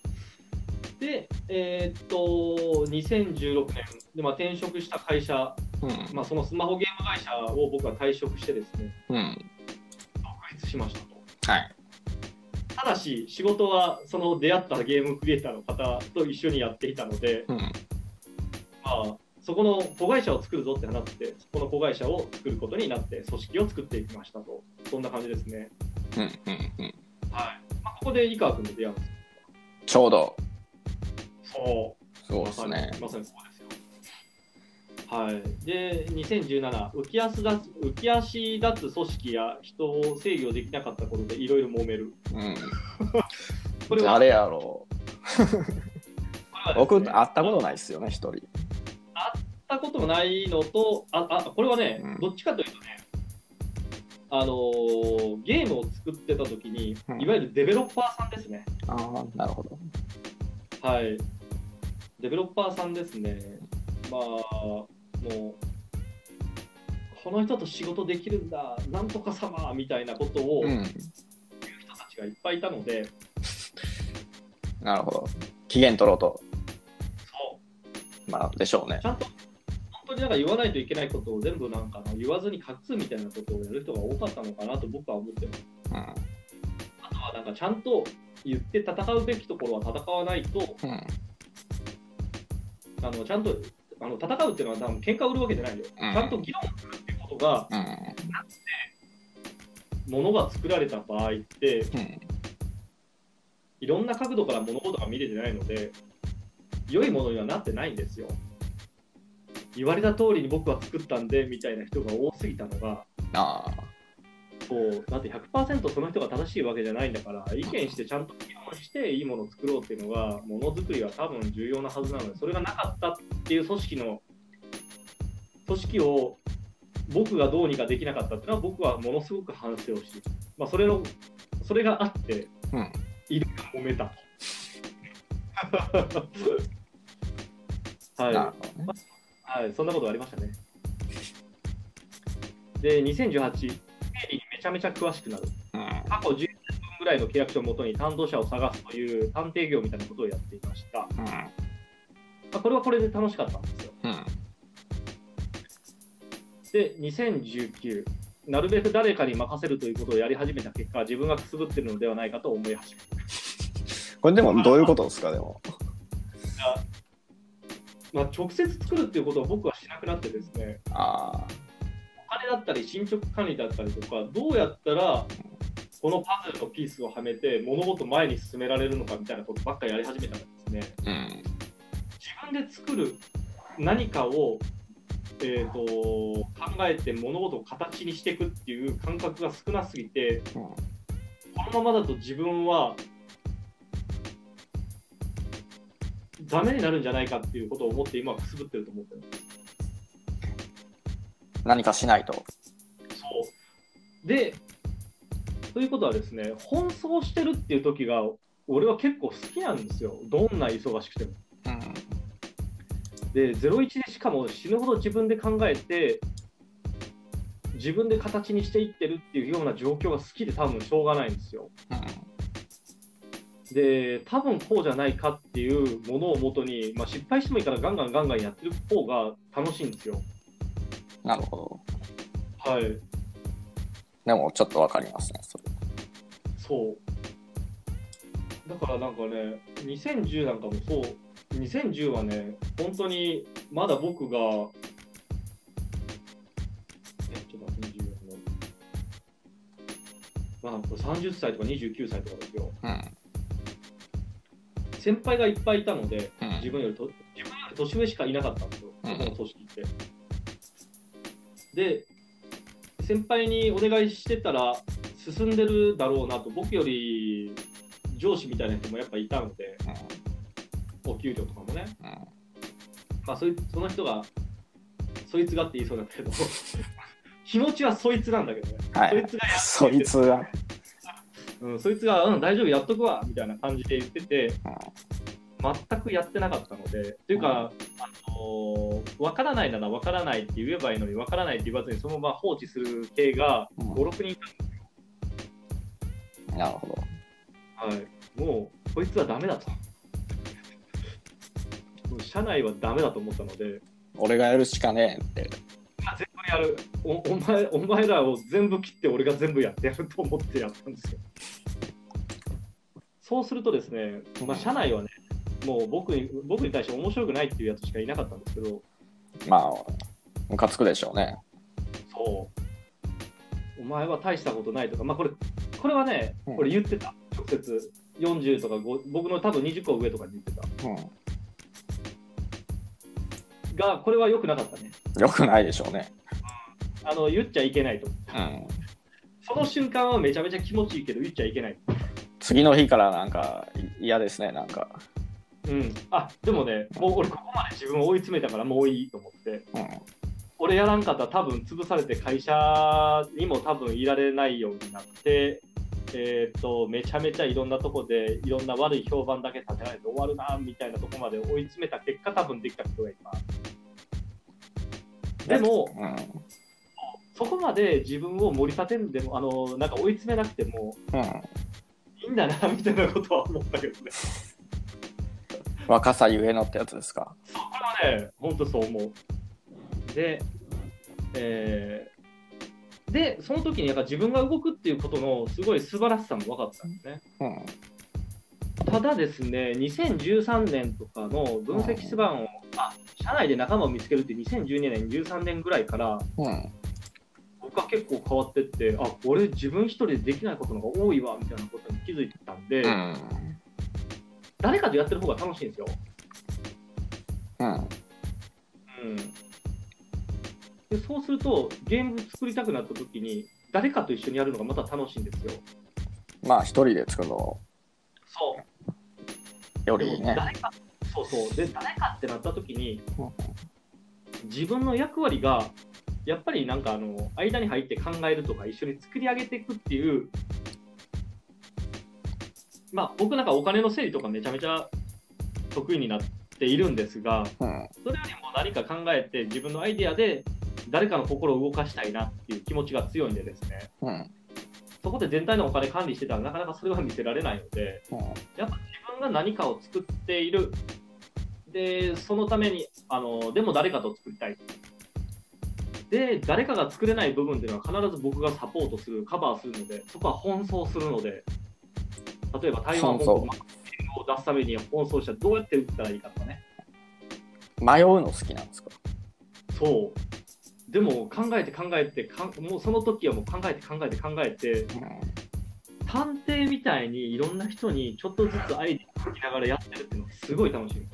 で、えー、っと、にせんじゅうろくねんで、まあ、転職した会社、うんまあ、そのスマホゲーム会社を僕は退職してですね、うん、独立しましたと。 はい。 ただし、仕事はその出会ったゲームクリエイターの方と一緒にやっていたので、うん、まあ、そこの子会社を作るぞって話して、そこの子会社を作ることになって、組織を作っていきましたと。そんな感じですね。うんうんうん。はい。まあ、ここで井川君と出会うんですよ。 ちょうど。 そう。 そうですね。 まさにここですよ。はい。で、にせんじゅうなな、浮き足立つ、浮き足立つ組織や人を制御できなかったことでいろいろ揉める。うん。 これは誰やろう。ね、僕、会ったことないですよね、一人。 会ったこともないのと、あ、あこれはね、うん、どっちかというとね、あのー、ゲームを作ってた時に、うん、いわゆるデベロッパーさんですね。 ああ、なるほど。 はい。デベロッパーさんですね。まあ、もう、この人と仕事できるんだ、なんとか様みたいなことを言う人たちがいっぱいいたので。 うん、なるほど。機嫌取ろうと。 そう。 まあ、でしょうね。 ちゃんと、本当になんか言わないといけないことを全部なんか言わずに隠すみたいなことをやる人が多かったのかなと僕は思ってます。うん、あとはなんかちゃんと言って戦うべきところは戦わないと、うん、 あのちゃんとあの戦うっていうのは多分喧嘩売るわけじゃないよ、うん、ちゃんと議論するっていうことが、うん、なんで物が作られた場合って、うん、いろんな角度から物事が見れてないので良いものにはなってないんですよ。言われた通りに僕は作ったんでみたいな人が多すぎたのが、あそうだって ひゃくパーセント その人が正しいわけじゃないんだから、意見してちゃんと議論していいものを作ろうっていうのがものづくりは多分重要なはずなので、それがなかったっていう組織の組織を僕がどうにかできなかったっていうのは僕はものすごく反省をし、まあ、それのそれがあって、うん、いろいろ揉めたとはい、ねはい、そんなことがありましたね。で、にせんじゅうはち、経理にめちゃめちゃ詳しくなる。うん、過去じゅうねんぶんぐらいの契約書をもとに担当者を探すという探偵業みたいなことをやっていました。うん、まあ、これはこれで楽しかったんですよ。うん、で、にせんじゅうきゅう、なるべく誰かに任せるということをやり始めた結果、自分がくすぶっているのではないかと思い始めた。 これでもどういうことですか、でも。 まあ、直接作るっていうことを僕はしなくなってですね、あお金だったり進捗管理だったりとか、どうやったらこのパズルのピースをはめて物事前に進められるのかみたいなことばっかりやり始めたんですね。うん、自分で作る何かを、えー、と考えて物事を形にしていくっていう感覚が少なすぎて、うん、このままだと自分はダメになるんじゃないかっていうことを思って今はくすぶってると思ってる。 何かしないと。 そうで、ということはですね、奔走してるっていう時が俺は結構好きなんですよ。どんな忙しくても。うん、で、ゼロイチでしかも死ぬほど自分で考えて自分で形にしていってるっていうような状況が好きで多分しょうがないんですよ。うんで多分こうじゃないかっていうものをもとに、まあ、失敗してもいいからガンガンガンガンやってる方が楽しいんですよ。 なるほど。はい。 でもちょっとわかりますね、それ。 そう。だからなんかね、にせんじゅうなんかもそう、にせんじゅうはね、本当にまだ僕が、え、ちょっと待って、にじゅうの、まあ、さんじゅっさいとかにじゅうきゅうさいとかですよ。うん、先輩がいっぱいいたので、うん、自分よりと自分より年上しかいなかったんですよ、この組織って。で、先輩にお願いしてたら進んでるだろうなと、僕より上司みたいな人もやっぱいたので、うん、お給料とかもね、うん、まあ、そ, いその人がそいつがって言いそうなんだけど気持ちはそいつなんだけどね、はい、そいつがやってそいつがうん、そいつが、うん、大丈夫、やっとくわみたいな感じで言ってて、全くやってなかったので、というか、あのー、分からないなら分からないって言えばいいのに、分からないって言わずにそのまま放置する系がご、ろくにんいたんですよ。 なるほど。 はい、もう、こいつはダメだと。社内はダメだと思ったので、 俺がやるしかねえって。 全部やるお、お前、お前らを全部切って俺が全部やってやると思ってやったんですよ。そうするとですね、まあ、社内はね、もう僕に僕に対して面白くないっていうやつしかいなかったんですけど、 まあ、ムカつくでしょうね。 そう。お前は大したことないとか、まあこれ、これはね、これ言ってた、直接。よんじゅうとかご、僕の多分にじゅっこ上とかに言ってた。うん、が、これは良くなかったね。 良くないでしょうね。 あの、言っちゃいけないと。うん、その瞬間はめちゃめちゃ気持ちいいけど、言っちゃいけない。 次の日からなんか嫌ですね、なんか。 うん、あ、でもね、もう俺ここまで自分を追い詰めたからもういいと思って、うん、俺やらんかったら多分潰されて会社にも多分いられないようになって、えー、っとめちゃめちゃいろんなとこでいろんな悪い評判だけ立てられて終わるなみたいなとこまで追い詰めた結果多分できた人がいます。でも、うん、そこまで自分を盛り立てんでも、あのなんか追い詰めなくても、うん、いいんだなみたいなことは思ったけどね。 若さゆえのってやつですか。 これはね、本当そう思う。で、えー、で、その時にやっぱ自分が動くっていうことのすごい素晴らしさも分かったんですね。うん、 ただですね、にせんじゅうさんねんとかの分析手腕を、あ、社内で仲間を見つけるってにせんじゅうにねん、じゅうさんねんぐらいから、うん、僕は結構変わってって、あ、俺自分一人でできないことの方が多いわみたいなことに気づいてたんで、うん、誰かとやってる方が楽しいんですよ。うん。うん。で、そうすると、ゲーム作りたくなった時に、誰かと一緒にやるのがまた楽しいんですよ。 まあ、一人で作るの。 そう。 よりね。 誰か、そうそう。で、誰かってなった時に、うん、自分の役割が、やっぱりなんかあの、間に入って考えるとか、一緒に作り上げていくっていう、まあ、僕なんかお金の整理とかめちゃめちゃ得意になっているんですが、うん、それよりも何か考えて自分のアイデアで誰かの心を動かしたいなっていう気持ちが強いんでですね、うん、そこで全体のお金管理してたらなかなかそれは見せられないので、うん、やっぱ自分が何かを作っている、でそのためにあのでも誰かと作りたい、で誰かが作れない部分っていうのは必ず僕がサポートする、カバーするので、そこは奔走するので、例えば台湾本国を出すために奔走したらどうやって打ったらいいかとかね。 迷うの好きなんですか？ そう。でも考えて考えてかもうその時はもう考えて考えて考えて、うん、探偵みたいにいろんな人にちょっとずつアイデアを聞きながらやってるっていうのがすごい楽しい、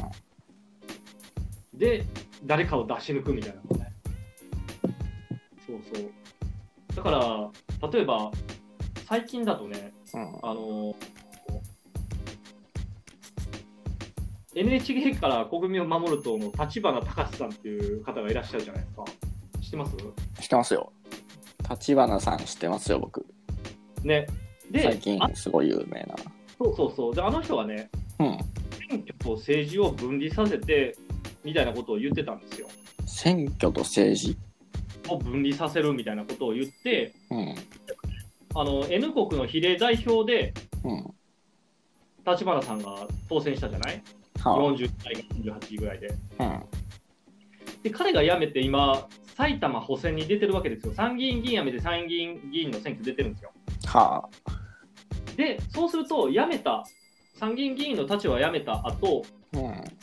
うん、で誰かを出し抜くみたいなのね。そうそう。だから例えば最近だとね、うん、あの エヌエイチケー から国民を守る党の立花隆さんっていう方がいらっしゃるじゃないですか。知ってます？ 知ってますよ。立花さん知ってますよ、僕。 ね。で、 最近すごい有名な。 そうそうそう。で、あの人がね、うん、選挙と政治を分離させてみたいなことを言ってたんですよ。 選挙と政治を分離させるみたいなことを言って、うん、あの N 国の比例代表で、うん、立花さんが当選したじゃない？はあ、よんじゅうだいがよんじゅうはちいぐらいで、うん、で彼が辞めて今埼玉補選に出てるわけですよ。参議院議員辞めて参議院議員の選挙出てるんですよ。はあ、でそうすると辞めた参議院議員の立場を辞めた後、うん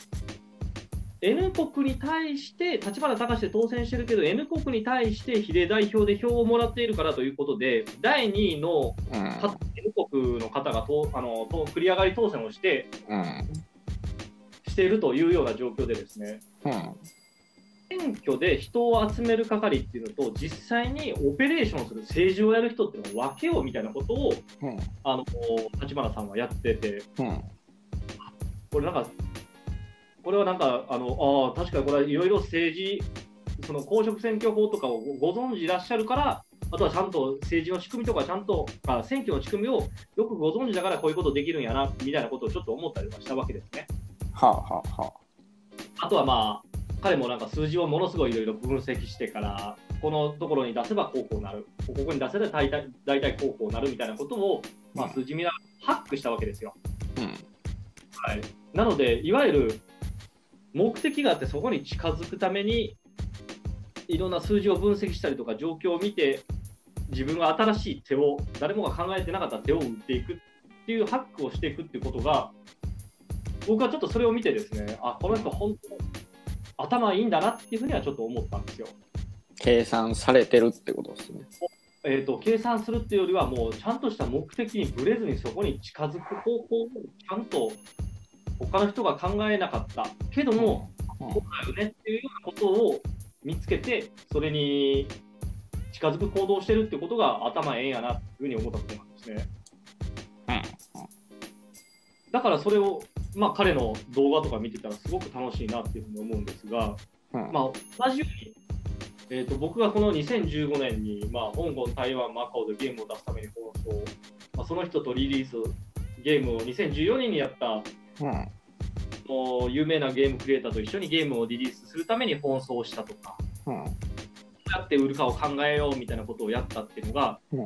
、N 国に対して立花隆で当選してるけど N 国に対して比例代表で票をもらっているからということでだいにいの、うん、N 国の方がとあのと繰り上がり当選をして、うんしているというような状況でですね、うん、選挙で人を集める係っていうのと実際にオペレーションする政治をやる人っていうのを分けようみたいなことを、うん、あの立花さんはやってて、うん、これなんかこれはなんかあのあ確かにこれはいろいろ政治その公職選挙法とかをご存知いらっしゃるからあとはちゃんと政治の仕組みとかちゃんとあ選挙の仕組みをよくご存知だからこういうことできるんやなみたいなことをちょっと思ったりはしたわけですね。はあはあはあ、あとはまあ彼もなんか数字をものすごいいろいろ分析してからこのところに出せばこうこうなるここに出せば大体大体こうこうなるみたいなことを、まあ、数字見ながらハックしたわけですよ、うんはい、なのでいわゆる目的があってそこに近づくためにいろんな数字を分析したりとか状況を見て自分が新しい手を誰もが考えてなかった手を打っていくっていうハックをしていくっていうことが僕はちょっとそれを見てですね、あ、この人本当頭いいんだなっていうふうにはちょっと思ったんですよ。 計算されてるってことですね。 えーと、計算するっていうよりはもうちゃんとした目的にぶれずにそこに近づく方法をちゃんと他の人が考えなかったけども、うんうん、そうだよねっていうようなことを見つけてそれに近づく行動をしてるってことが頭ええんやなっていうふうに思ったことなんですね。うんうん、だからそれをまあ、彼の動画とか見てたらすごく楽しいなっていうふうに思うんですが、うんまあ、同じように、えーと、僕がこのにせんじゅうごねんに、まあ、香港、台湾、マカオでゲームを出すために放送、まあ、その人とリリースゲームをにせんじゅうよねんにやった、うん、もう有名なゲームクリエイターと一緒にゲームをリリースするために奔走したとか、うん、どうやって売るかを考えようみたいなことをやったっていうのが、うん、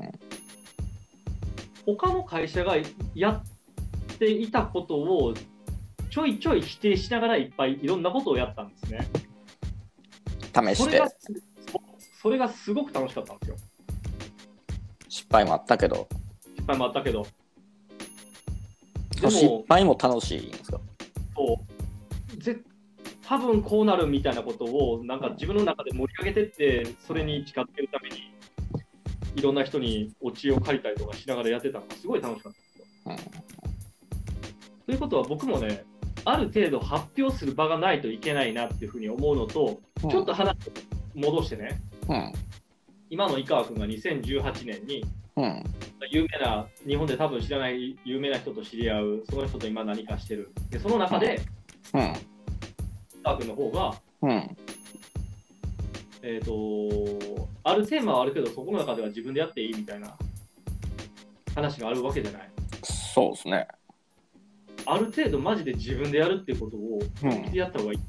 他の会社がやっていたことをちょいちょい否定しながらいっぱいいろんなことをやったんですね。 試して。それが、 それがすごく楽しかったんですよ。 失敗もあったけど。 失敗もあったけど。 でも失敗も楽しいんですか？ そうぜ多分こうなるみたいなことをなんか自分の中で盛り上げてってそれに近づけるためにいろんな人にお知恵を借りたりとかしながらやってたのがすごい楽しかったんですよ。うん、ということは僕もねある程度発表する場がないといけないなっていうふうに思うのと、うん、ちょっと話を戻してね、うん、今の井川君がにせんじゅうはちねんに、うん、有名な日本で多分知らない有名な人と知り合うその人と今何かしてるでその中で、うんうん、井川君の方が、うんえーと、あるテーマはあるけどそこの中では自分でやっていいみたいな話があるわけじゃない。 そうですね。 ある程度マジで自分でやるっていうことを本気でやった方がいい、うん、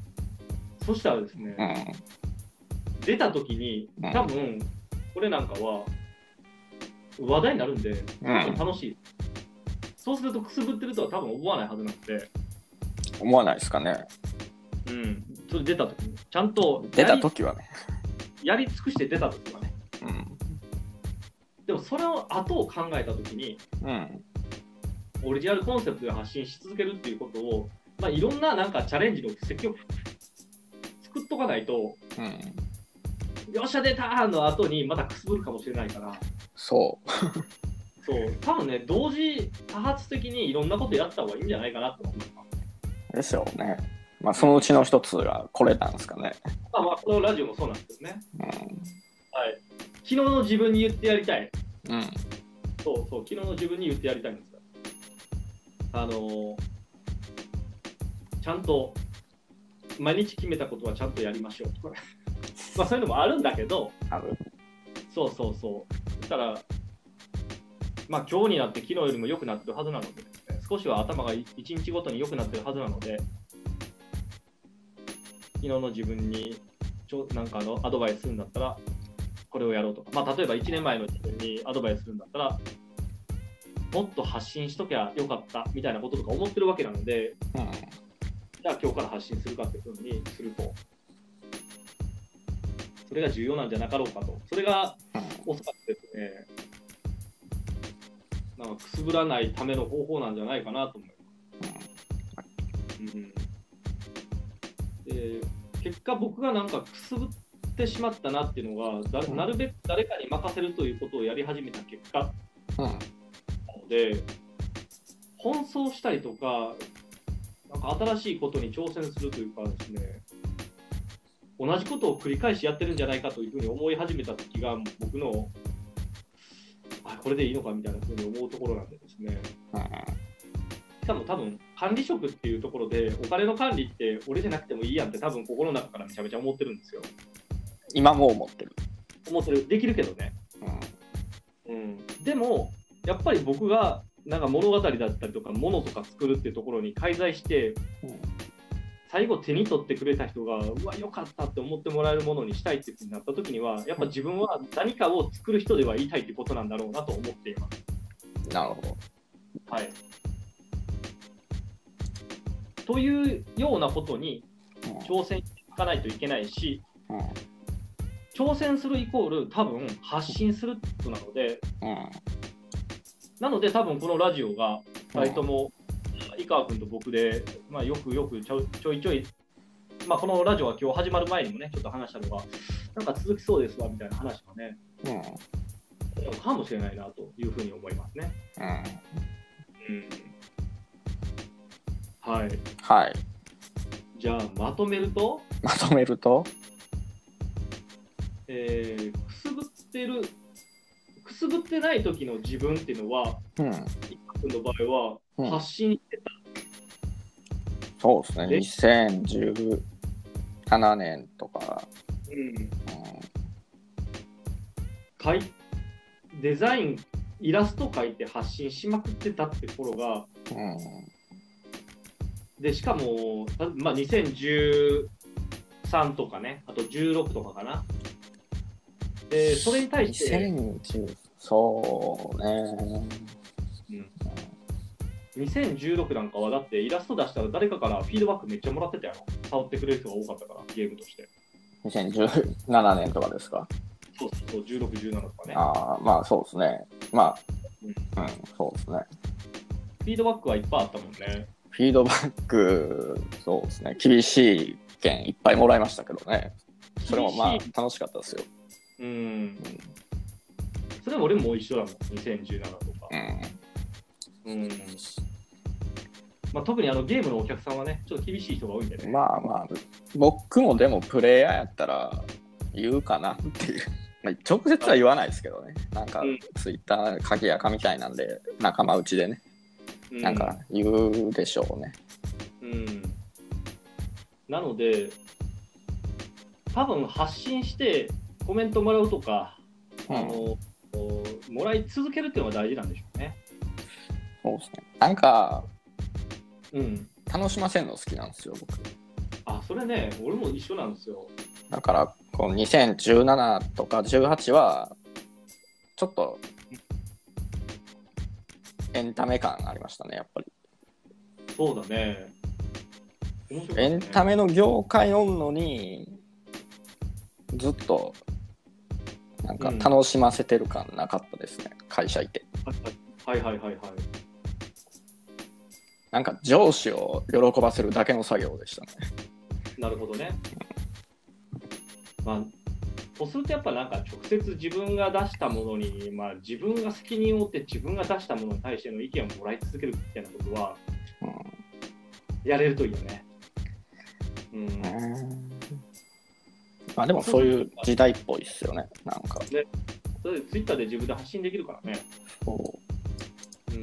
そしたらですね、うん、出た時に多分これなんかは話題になるんで、うん、楽しい。そうするとくすぶってるとは多分思わないはずなので。 思わないですかね。 うん。それ出た時にちゃんと出た時はねやり尽くして出た時はね、うん、でもそれを後を考えた時に、うん、オリジナルコンセプトで発信し続けるっていうことを、まあ、いろんななんかチャレンジの積極作っとかないと、うん、よっしゃ出たーの後にまたくすぶるかもしれないからそうそう多分ね同時多発的にいろんなことやった方がいいんじゃないかなと思います。 ですよね。まあ、そのうちの一つがこれなんですかね。 まあまあ、このラジオもそうなんですけどね。うん、はい。昨日の自分に言ってやりたい。うん。そうそう、昨日の自分に言ってやりたいんですよ。あのー、ちゃんと、毎日決めたことはちゃんとやりましょうとか。まあ、そういうのもあるんだけど、ある。そうそうそう。だから、まあ、今日になって昨日よりも良くなってるはずなので、ね、少しは頭が一日ごとに良くなってるはずなので、昨日の自分にちょなんかのアドバイスするんだったらこれをやろうとか、まあ、例えばいちねんまえの自分にアドバイスするんだったらもっと発信しときゃよかったみたいなこととか思ってるわけなので、うん、じゃあ今日から発信するかっていうふうにするとそれが重要なんじゃなかろうかと。それがおそらくですねなんかくすぶらないための方法なんじゃないかなと思います、うんうんで結果僕がなんかくすぶってしまったなっていうのが な, なるべく誰かに任せるということをやり始めた結果、うん、なので奔走したりとか、なんか新しいことに挑戦するというかですね同じことを繰り返しやってるんじゃないかというふうに思い始めた時が僕のあこれでいいのかみたいなふうに思うところなんでですね、うんしかも多分管理職っていうところでお金の管理って俺じゃなくてもいいやんって多分心の中からめちゃめちゃ思ってるんですよ。 今も思ってる思ってるできるけどね、うんうん、でもやっぱり僕がなんか物語だったりとか物とか作るっていうところに介在して、うん、最後手に取ってくれた人がうわ良かったって思ってもらえるものにしたいっていうふうになった時にはやっぱ自分は何かを作る人ではいたいってことなんだろうなと思っています。 なるほど。 はいというようなことに挑戦していかないといけないし、うん、挑戦するイコール多分発信するってことなので、うん、なので多分このラジオがふたりとも井川君と僕で、まあ、よくよくちょちょいちょい、まあ、このラジオは今日始まる前にもねちょっと話したのがなんか続きそうですわみたいな話がね、うん、かもしれないなというふうに思いますね。うんうんはい。 はい。 じゃあまとめるとまとめると、 えー、くすぶってるくすぶってない時の自分っていうのは、うん、井川君の場合は発信してた、 うん、そうですね。にせんじゅうななねんとか、うんうん、 かいデザインイラスト描いて発信しまくってたって頃が、うんでしかも、まあ、にせんじゅうさんとかね、あとじゅうろくとかかな。で、それに対して。にせんじゅうそうね、 うん。にせんじゅうろくなんかはだってイラスト出したら誰かからフィードバックめっちゃもらってたやろ。触ってくれる人が多かったから、ゲームとして。 にせんじゅうななねんとかですか？ そうそう、じゅうろく、じゅうななとかね。 ああ、まあそうですね。まあ、うん、うん、そうですね。 フィードバックはいっぱいあったもんね。 フィードバック、そうですね、厳しい意見いっぱいもらいましたけどね。それもまあ楽しかったですよ。 うん。うん、それも俺も一緒だもん、にせんじゅうななとか。うん。うん、まあ、特にあのゲームのお客さんはね、ちょっと厳しい人が多いんでね。 まあまあ、僕もでもプレイヤーやったら言うかなっていう。直接は言わないですけどね。なんか、ツイッター鍵やかみたいなんで、仲間内でね、うん、なんか言うでしょうね。 うん。なので、多分発信してコメントもらうとか、うん、あのもらい続けるっていうのが大事なんでしょうね。 そうですね。なんか、 うん、 楽しませるの好きなんですよ、僕。 あ、それね、俺も一緒なんですよ。 だからこのにせんじゅうななとかじゅうはちはちょっとエンタメ感ありましたね、やっぱり。 そうだね。面白かったね。 エンタメの業界おんのにずっとなんか楽しませてる感なかったですね、うん、会社いて。 はいはいはいはい。 なんか上司を喜ばせるだけの作業でしたね。 なるほどね。まあ、そうするとやっぱなんか直接自分が出したものに、まあ、自分が責任を負って自分が出したものに対しての意見をもらい続けるみたいなことは、うん、やれるといいよね。うん。 まあでもそういう時代っぽいっすよね、なんか。 ね、それでツイッターで自分で発信できるからね。そう。うん。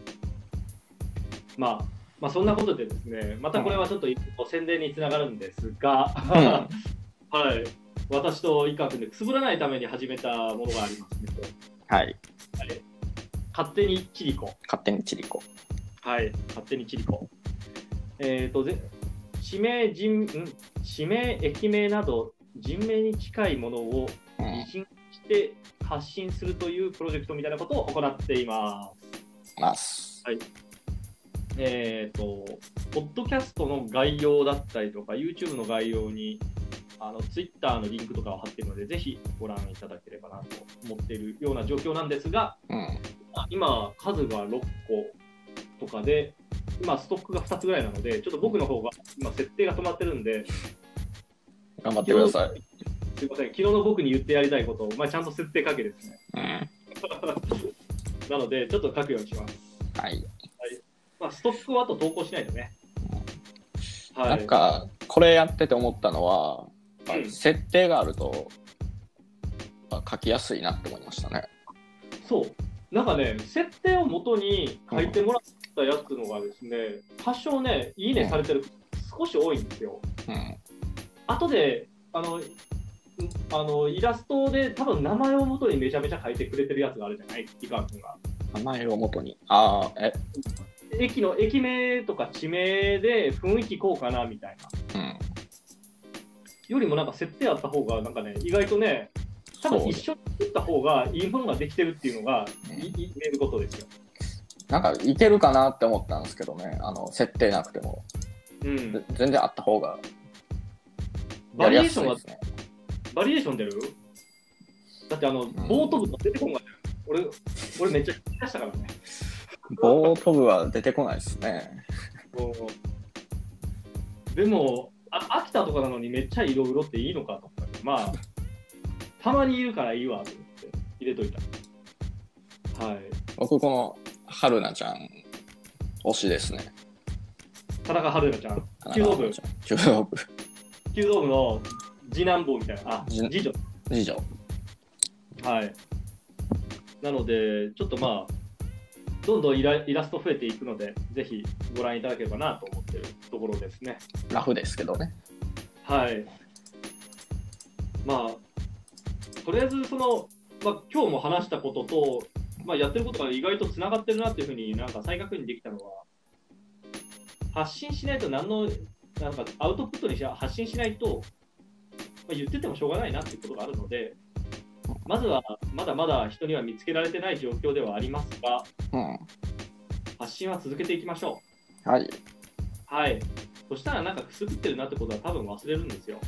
まあ、まあそんなことでですね、またこれはちょっと宣伝につながるんですが、うん、はい、私と伊川君でくすぶらないために始めたものがありますね。 はい。 はい、勝手にチリコ。 勝手にチリコ。 はい、勝手にチリコ。えっ、ー、とぜ、地名、人、地名、駅名など人名に近いものを擬人して発信するというプロジェクトみたいなことを行っています。 ます。 はい。えっ、ー、と、ポッドキャストの概要だったりとか、YouTube の概要に、あの Twitter のリンクとかを貼っているので、ぜひご覧いただければなと思っているような状況なんですが、うん、今、数がろっことかで、今、ストックがふたつぐらいなので、ちょっと僕の方が今、設定が止まってるんで、 頑張ってください。 すいません、昨日の僕に言ってやりたいことを、まあ、ちゃんと設定かけですね。うん、なので、ちょっと書くようにします。 はい。はい、 まあ、ストックをあと投稿しないとね。 うん、はい、なんか、これやってて思ったのは、うん、設定があると書きやすいなって思いましたね。 そう。なんかね、設定を元に書いてもらったやつのがですね、うん、多少ね、いいねされてる、うん、少し多いんですよ。うん、後で、あの、あのイラストで多分名前を元にめちゃめちゃ書いてくれてるやつがあるじゃない、伊川君が。 名前を元に。ああ、え駅の駅名とか地名で雰囲気こうかなみたいな。うん、よりもなんか設定あった方がなんかね、意外とね、多分一緒に作った方がいいものができてるっていうのが言えることですよ。 なんかいけるかなって思ったんですけどね、あの設定なくても、うん、全然あった方がやりやすいですね。 バリエーション出る？だってあの、うん、ボート部が出てこない。俺、俺めっちゃ聞き出したからね。 ボート部は出てこないですね。 でもあ、秋田とかなのにめっちゃ色々っていいのかと思ったけど、まあ、たまにいるからいいわと思って入れといた。はい。 僕、この春菜ちゃん、推しですね。 田中春菜ちゃん。弓道部。 弓道部。 弓道部の次男坊みたいな。あ、次女。 次女。 はい。なので、ちょっとまあ、どんどんイ ラ, イラスト増えていくので、ぜひご覧いただければなと思っているところですね。 ラフですけどね。 はい。まあ、とりあえずその、まあ、今日も話したことと、まあ、やってることが意外とつながってるなっていうふうになんか再確認できたのは、発信しないと何の、なんかアウトプットにし発信しないと、まあ、言っててもしょうがないなっていうことがあるので、まずはまだまだ人には見つけられてない状況ではありますが、うん、発信は続けていきましょう。はい。 はい。そしたらなんかくすぶってるなってことは多分忘れるんですよ。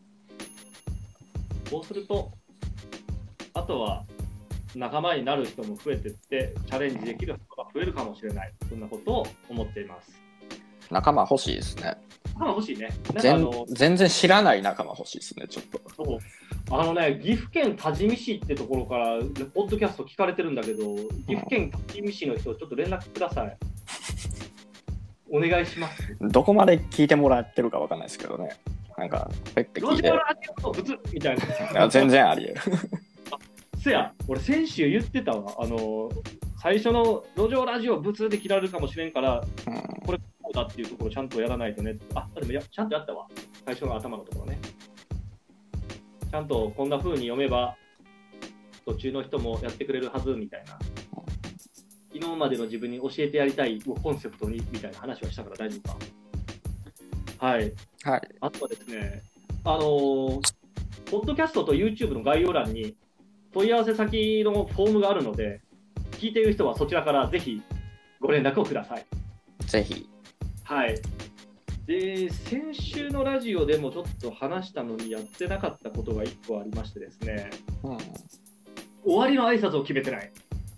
そうすると、あとは仲間になる人も増えていって、チャレンジできる人が増えるかもしれない。そんなことを思っています。 仲間欲しいですね。 仲間欲しいね。なんかあの全然知らない仲間欲しいですね、ちょっと。 そうあのね、岐阜県多治見市ってところからポッドキャスト聞かれてるんだけど、岐阜県多治見市の人ちょっと連絡ください。お願いします。 どこまで聞いてもらってるかわかんないですけどね。なんかペッて聞いて。 ロジオラジオのブツみたいな。 全然ありえる。 せや、俺先週言ってたわ。あの最初の路上ラジオブツで切られるかもしれんから、うん、これこうだっていうところちゃんとやらないとね。あ、でもやちゃんとやったわ。最初の頭のところね。ちゃんとこんな風に読めば途中の人もやってくれるはずみたいな。昨日までの自分に教えてやりたいをコンセプトにみたいな話はしたから大丈夫か。はい。 はい。 あとはですね、あのー、ポッドキャストと YouTube の概要欄に問い合わせ先のフォームがあるので、聞いている人はそちらからぜひご連絡をください。 ぜひ。 はい。で、先週のラジオでもちょっと話したのにやってなかったことがいっこありましてですね、うん、終わりの挨拶を決めてない。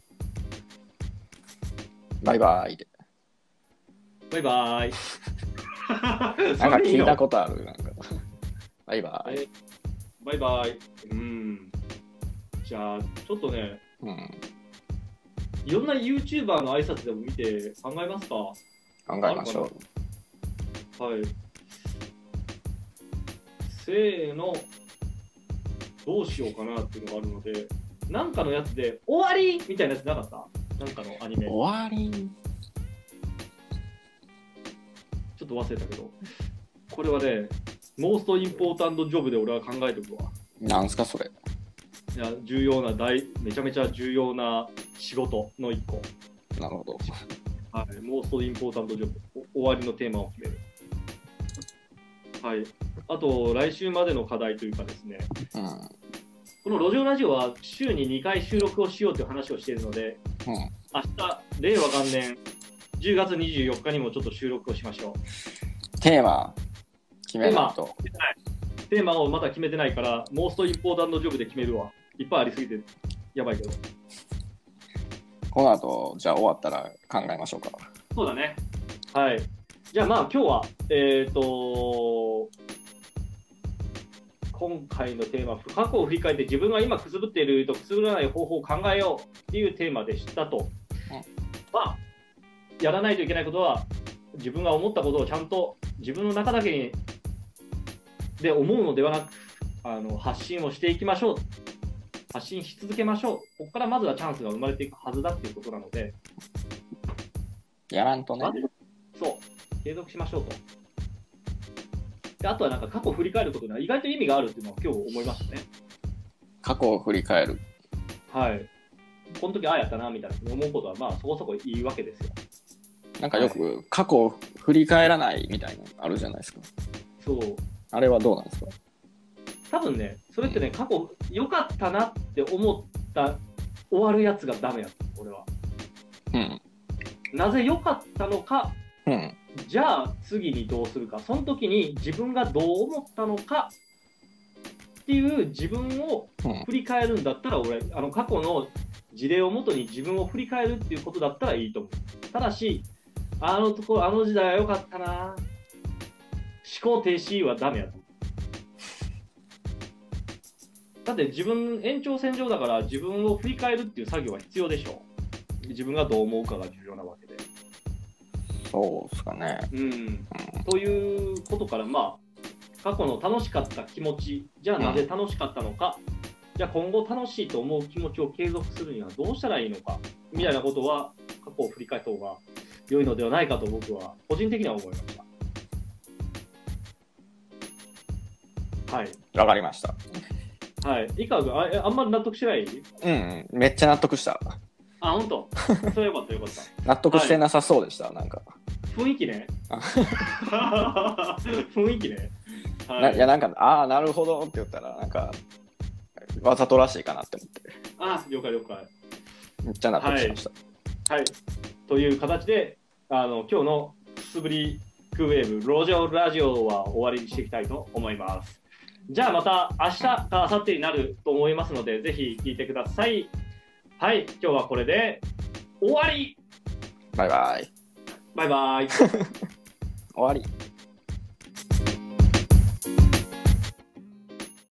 バイバイで。 バイバイ。 なんか聞いたことある。なんかバイバイ。 バイバイ。うん。じゃあ、ちょっとね、うん、いろんな YouTuber の挨拶でも見て考えますか？ 考えましょう。はい。せーの、どうしようかなっていうのがあるので、なんかのやつで、終わりみたいなやつなかった？なんかのアニメ。 終わりちょっと忘れたけど、これはね、モーストインポータントジョブで俺は考えておくわ。 なんすかそれ。 いや、重要な大、めちゃめちゃ重要な仕事の一個。 なるほど。 はい、モーストインポータントジョブ、終わりのテーマを決める。はい。あと、来週までの課題というかですね、うん、この路上ラジオは週ににかい収録をしようという話をしているので、うん、明日、令和元年じゅうがつにじゅうよっかにもちょっと収録をしましょう。 テーマ決めないと。 テーマをまだ決めてないから、モーストインポータントジョブで決めるわ。いっぱいありすぎてやばいけど。 この後、じゃあ終わったら考えましょうか。 そうだね。はい。じゃあまあ今日は、えっと、今回のテーマ、過去を振り返って自分が今くすぶっているとくすぶらない方法を考えようっていうテーマでしたと。うん、まあ、やらないといけないことは、自分が思ったことをちゃんと自分の中だけにで思うのではなく、あの発信をしていきましょう。発信し続けましょう。ここからまずはチャンスが生まれていくはずだっていうことなので、 やらんとね。 まずそう、継続しましょうと。で、あとはなんか過去を振り返ることには意外と意味があるっていうのを今日思いましたね。 過去を振り返る。 はい。この時ああやったなみたいな思うことはまあそこそこいいわけですよ。 なんかよく過去を振り返らないみたいなのあるじゃないですか。 そう。 あれはどうなんですか？ 多分ね、それってね、過去良かったなって思った終わるやつがダメやった、俺は。うん。なぜ良かったのか、うん、じゃあ次にどうするか、その時に自分がどう思ったのかっていう自分を振り返るんだったら、俺、あの過去の事例をもとに自分を振り返るっていうことだったらいいと思う。ただし、あのところ、あの時代は良かったな、思考停止はダメやと。だって自分延長線上だから自分を振り返るっていう作業は必要でしょう。自分がどう思うかが重要なわけで。 そうですかね。 うん。うん、ということから、まあ過去の楽しかった気持ち、じゃあなぜ楽しかったのか、うん、じゃあ今後楽しいと思う気持ちを継続するにはどうしたらいいのかみたいなことは過去を振り返った方が良いのではないかと僕は個人的には思いました。はい。 わかりました。 はい。井川君、あ、あんまり納得してない？ うん、めっちゃ納得した。 あ、本当。それよかったよかった。 納得してなさそうでした、はい、なんか。 雰囲気ね。雰囲気ね。 はい、ないや、なんか、ああ、なるほどって言ったら、なんか、わざとらしいかなって思って。 あ、了解了解。 めっちゃ納得しました。 はい。はい、という形で、あの、今日のくすぶりクーウェーブ、路上ラジオは終わりにしていきたいと思います。じゃあまた明日か明後日になると思いますので、ぜひ聞いてください。はい、今日はこれで終わり。 バイバイ。 バイバイ。 終わり。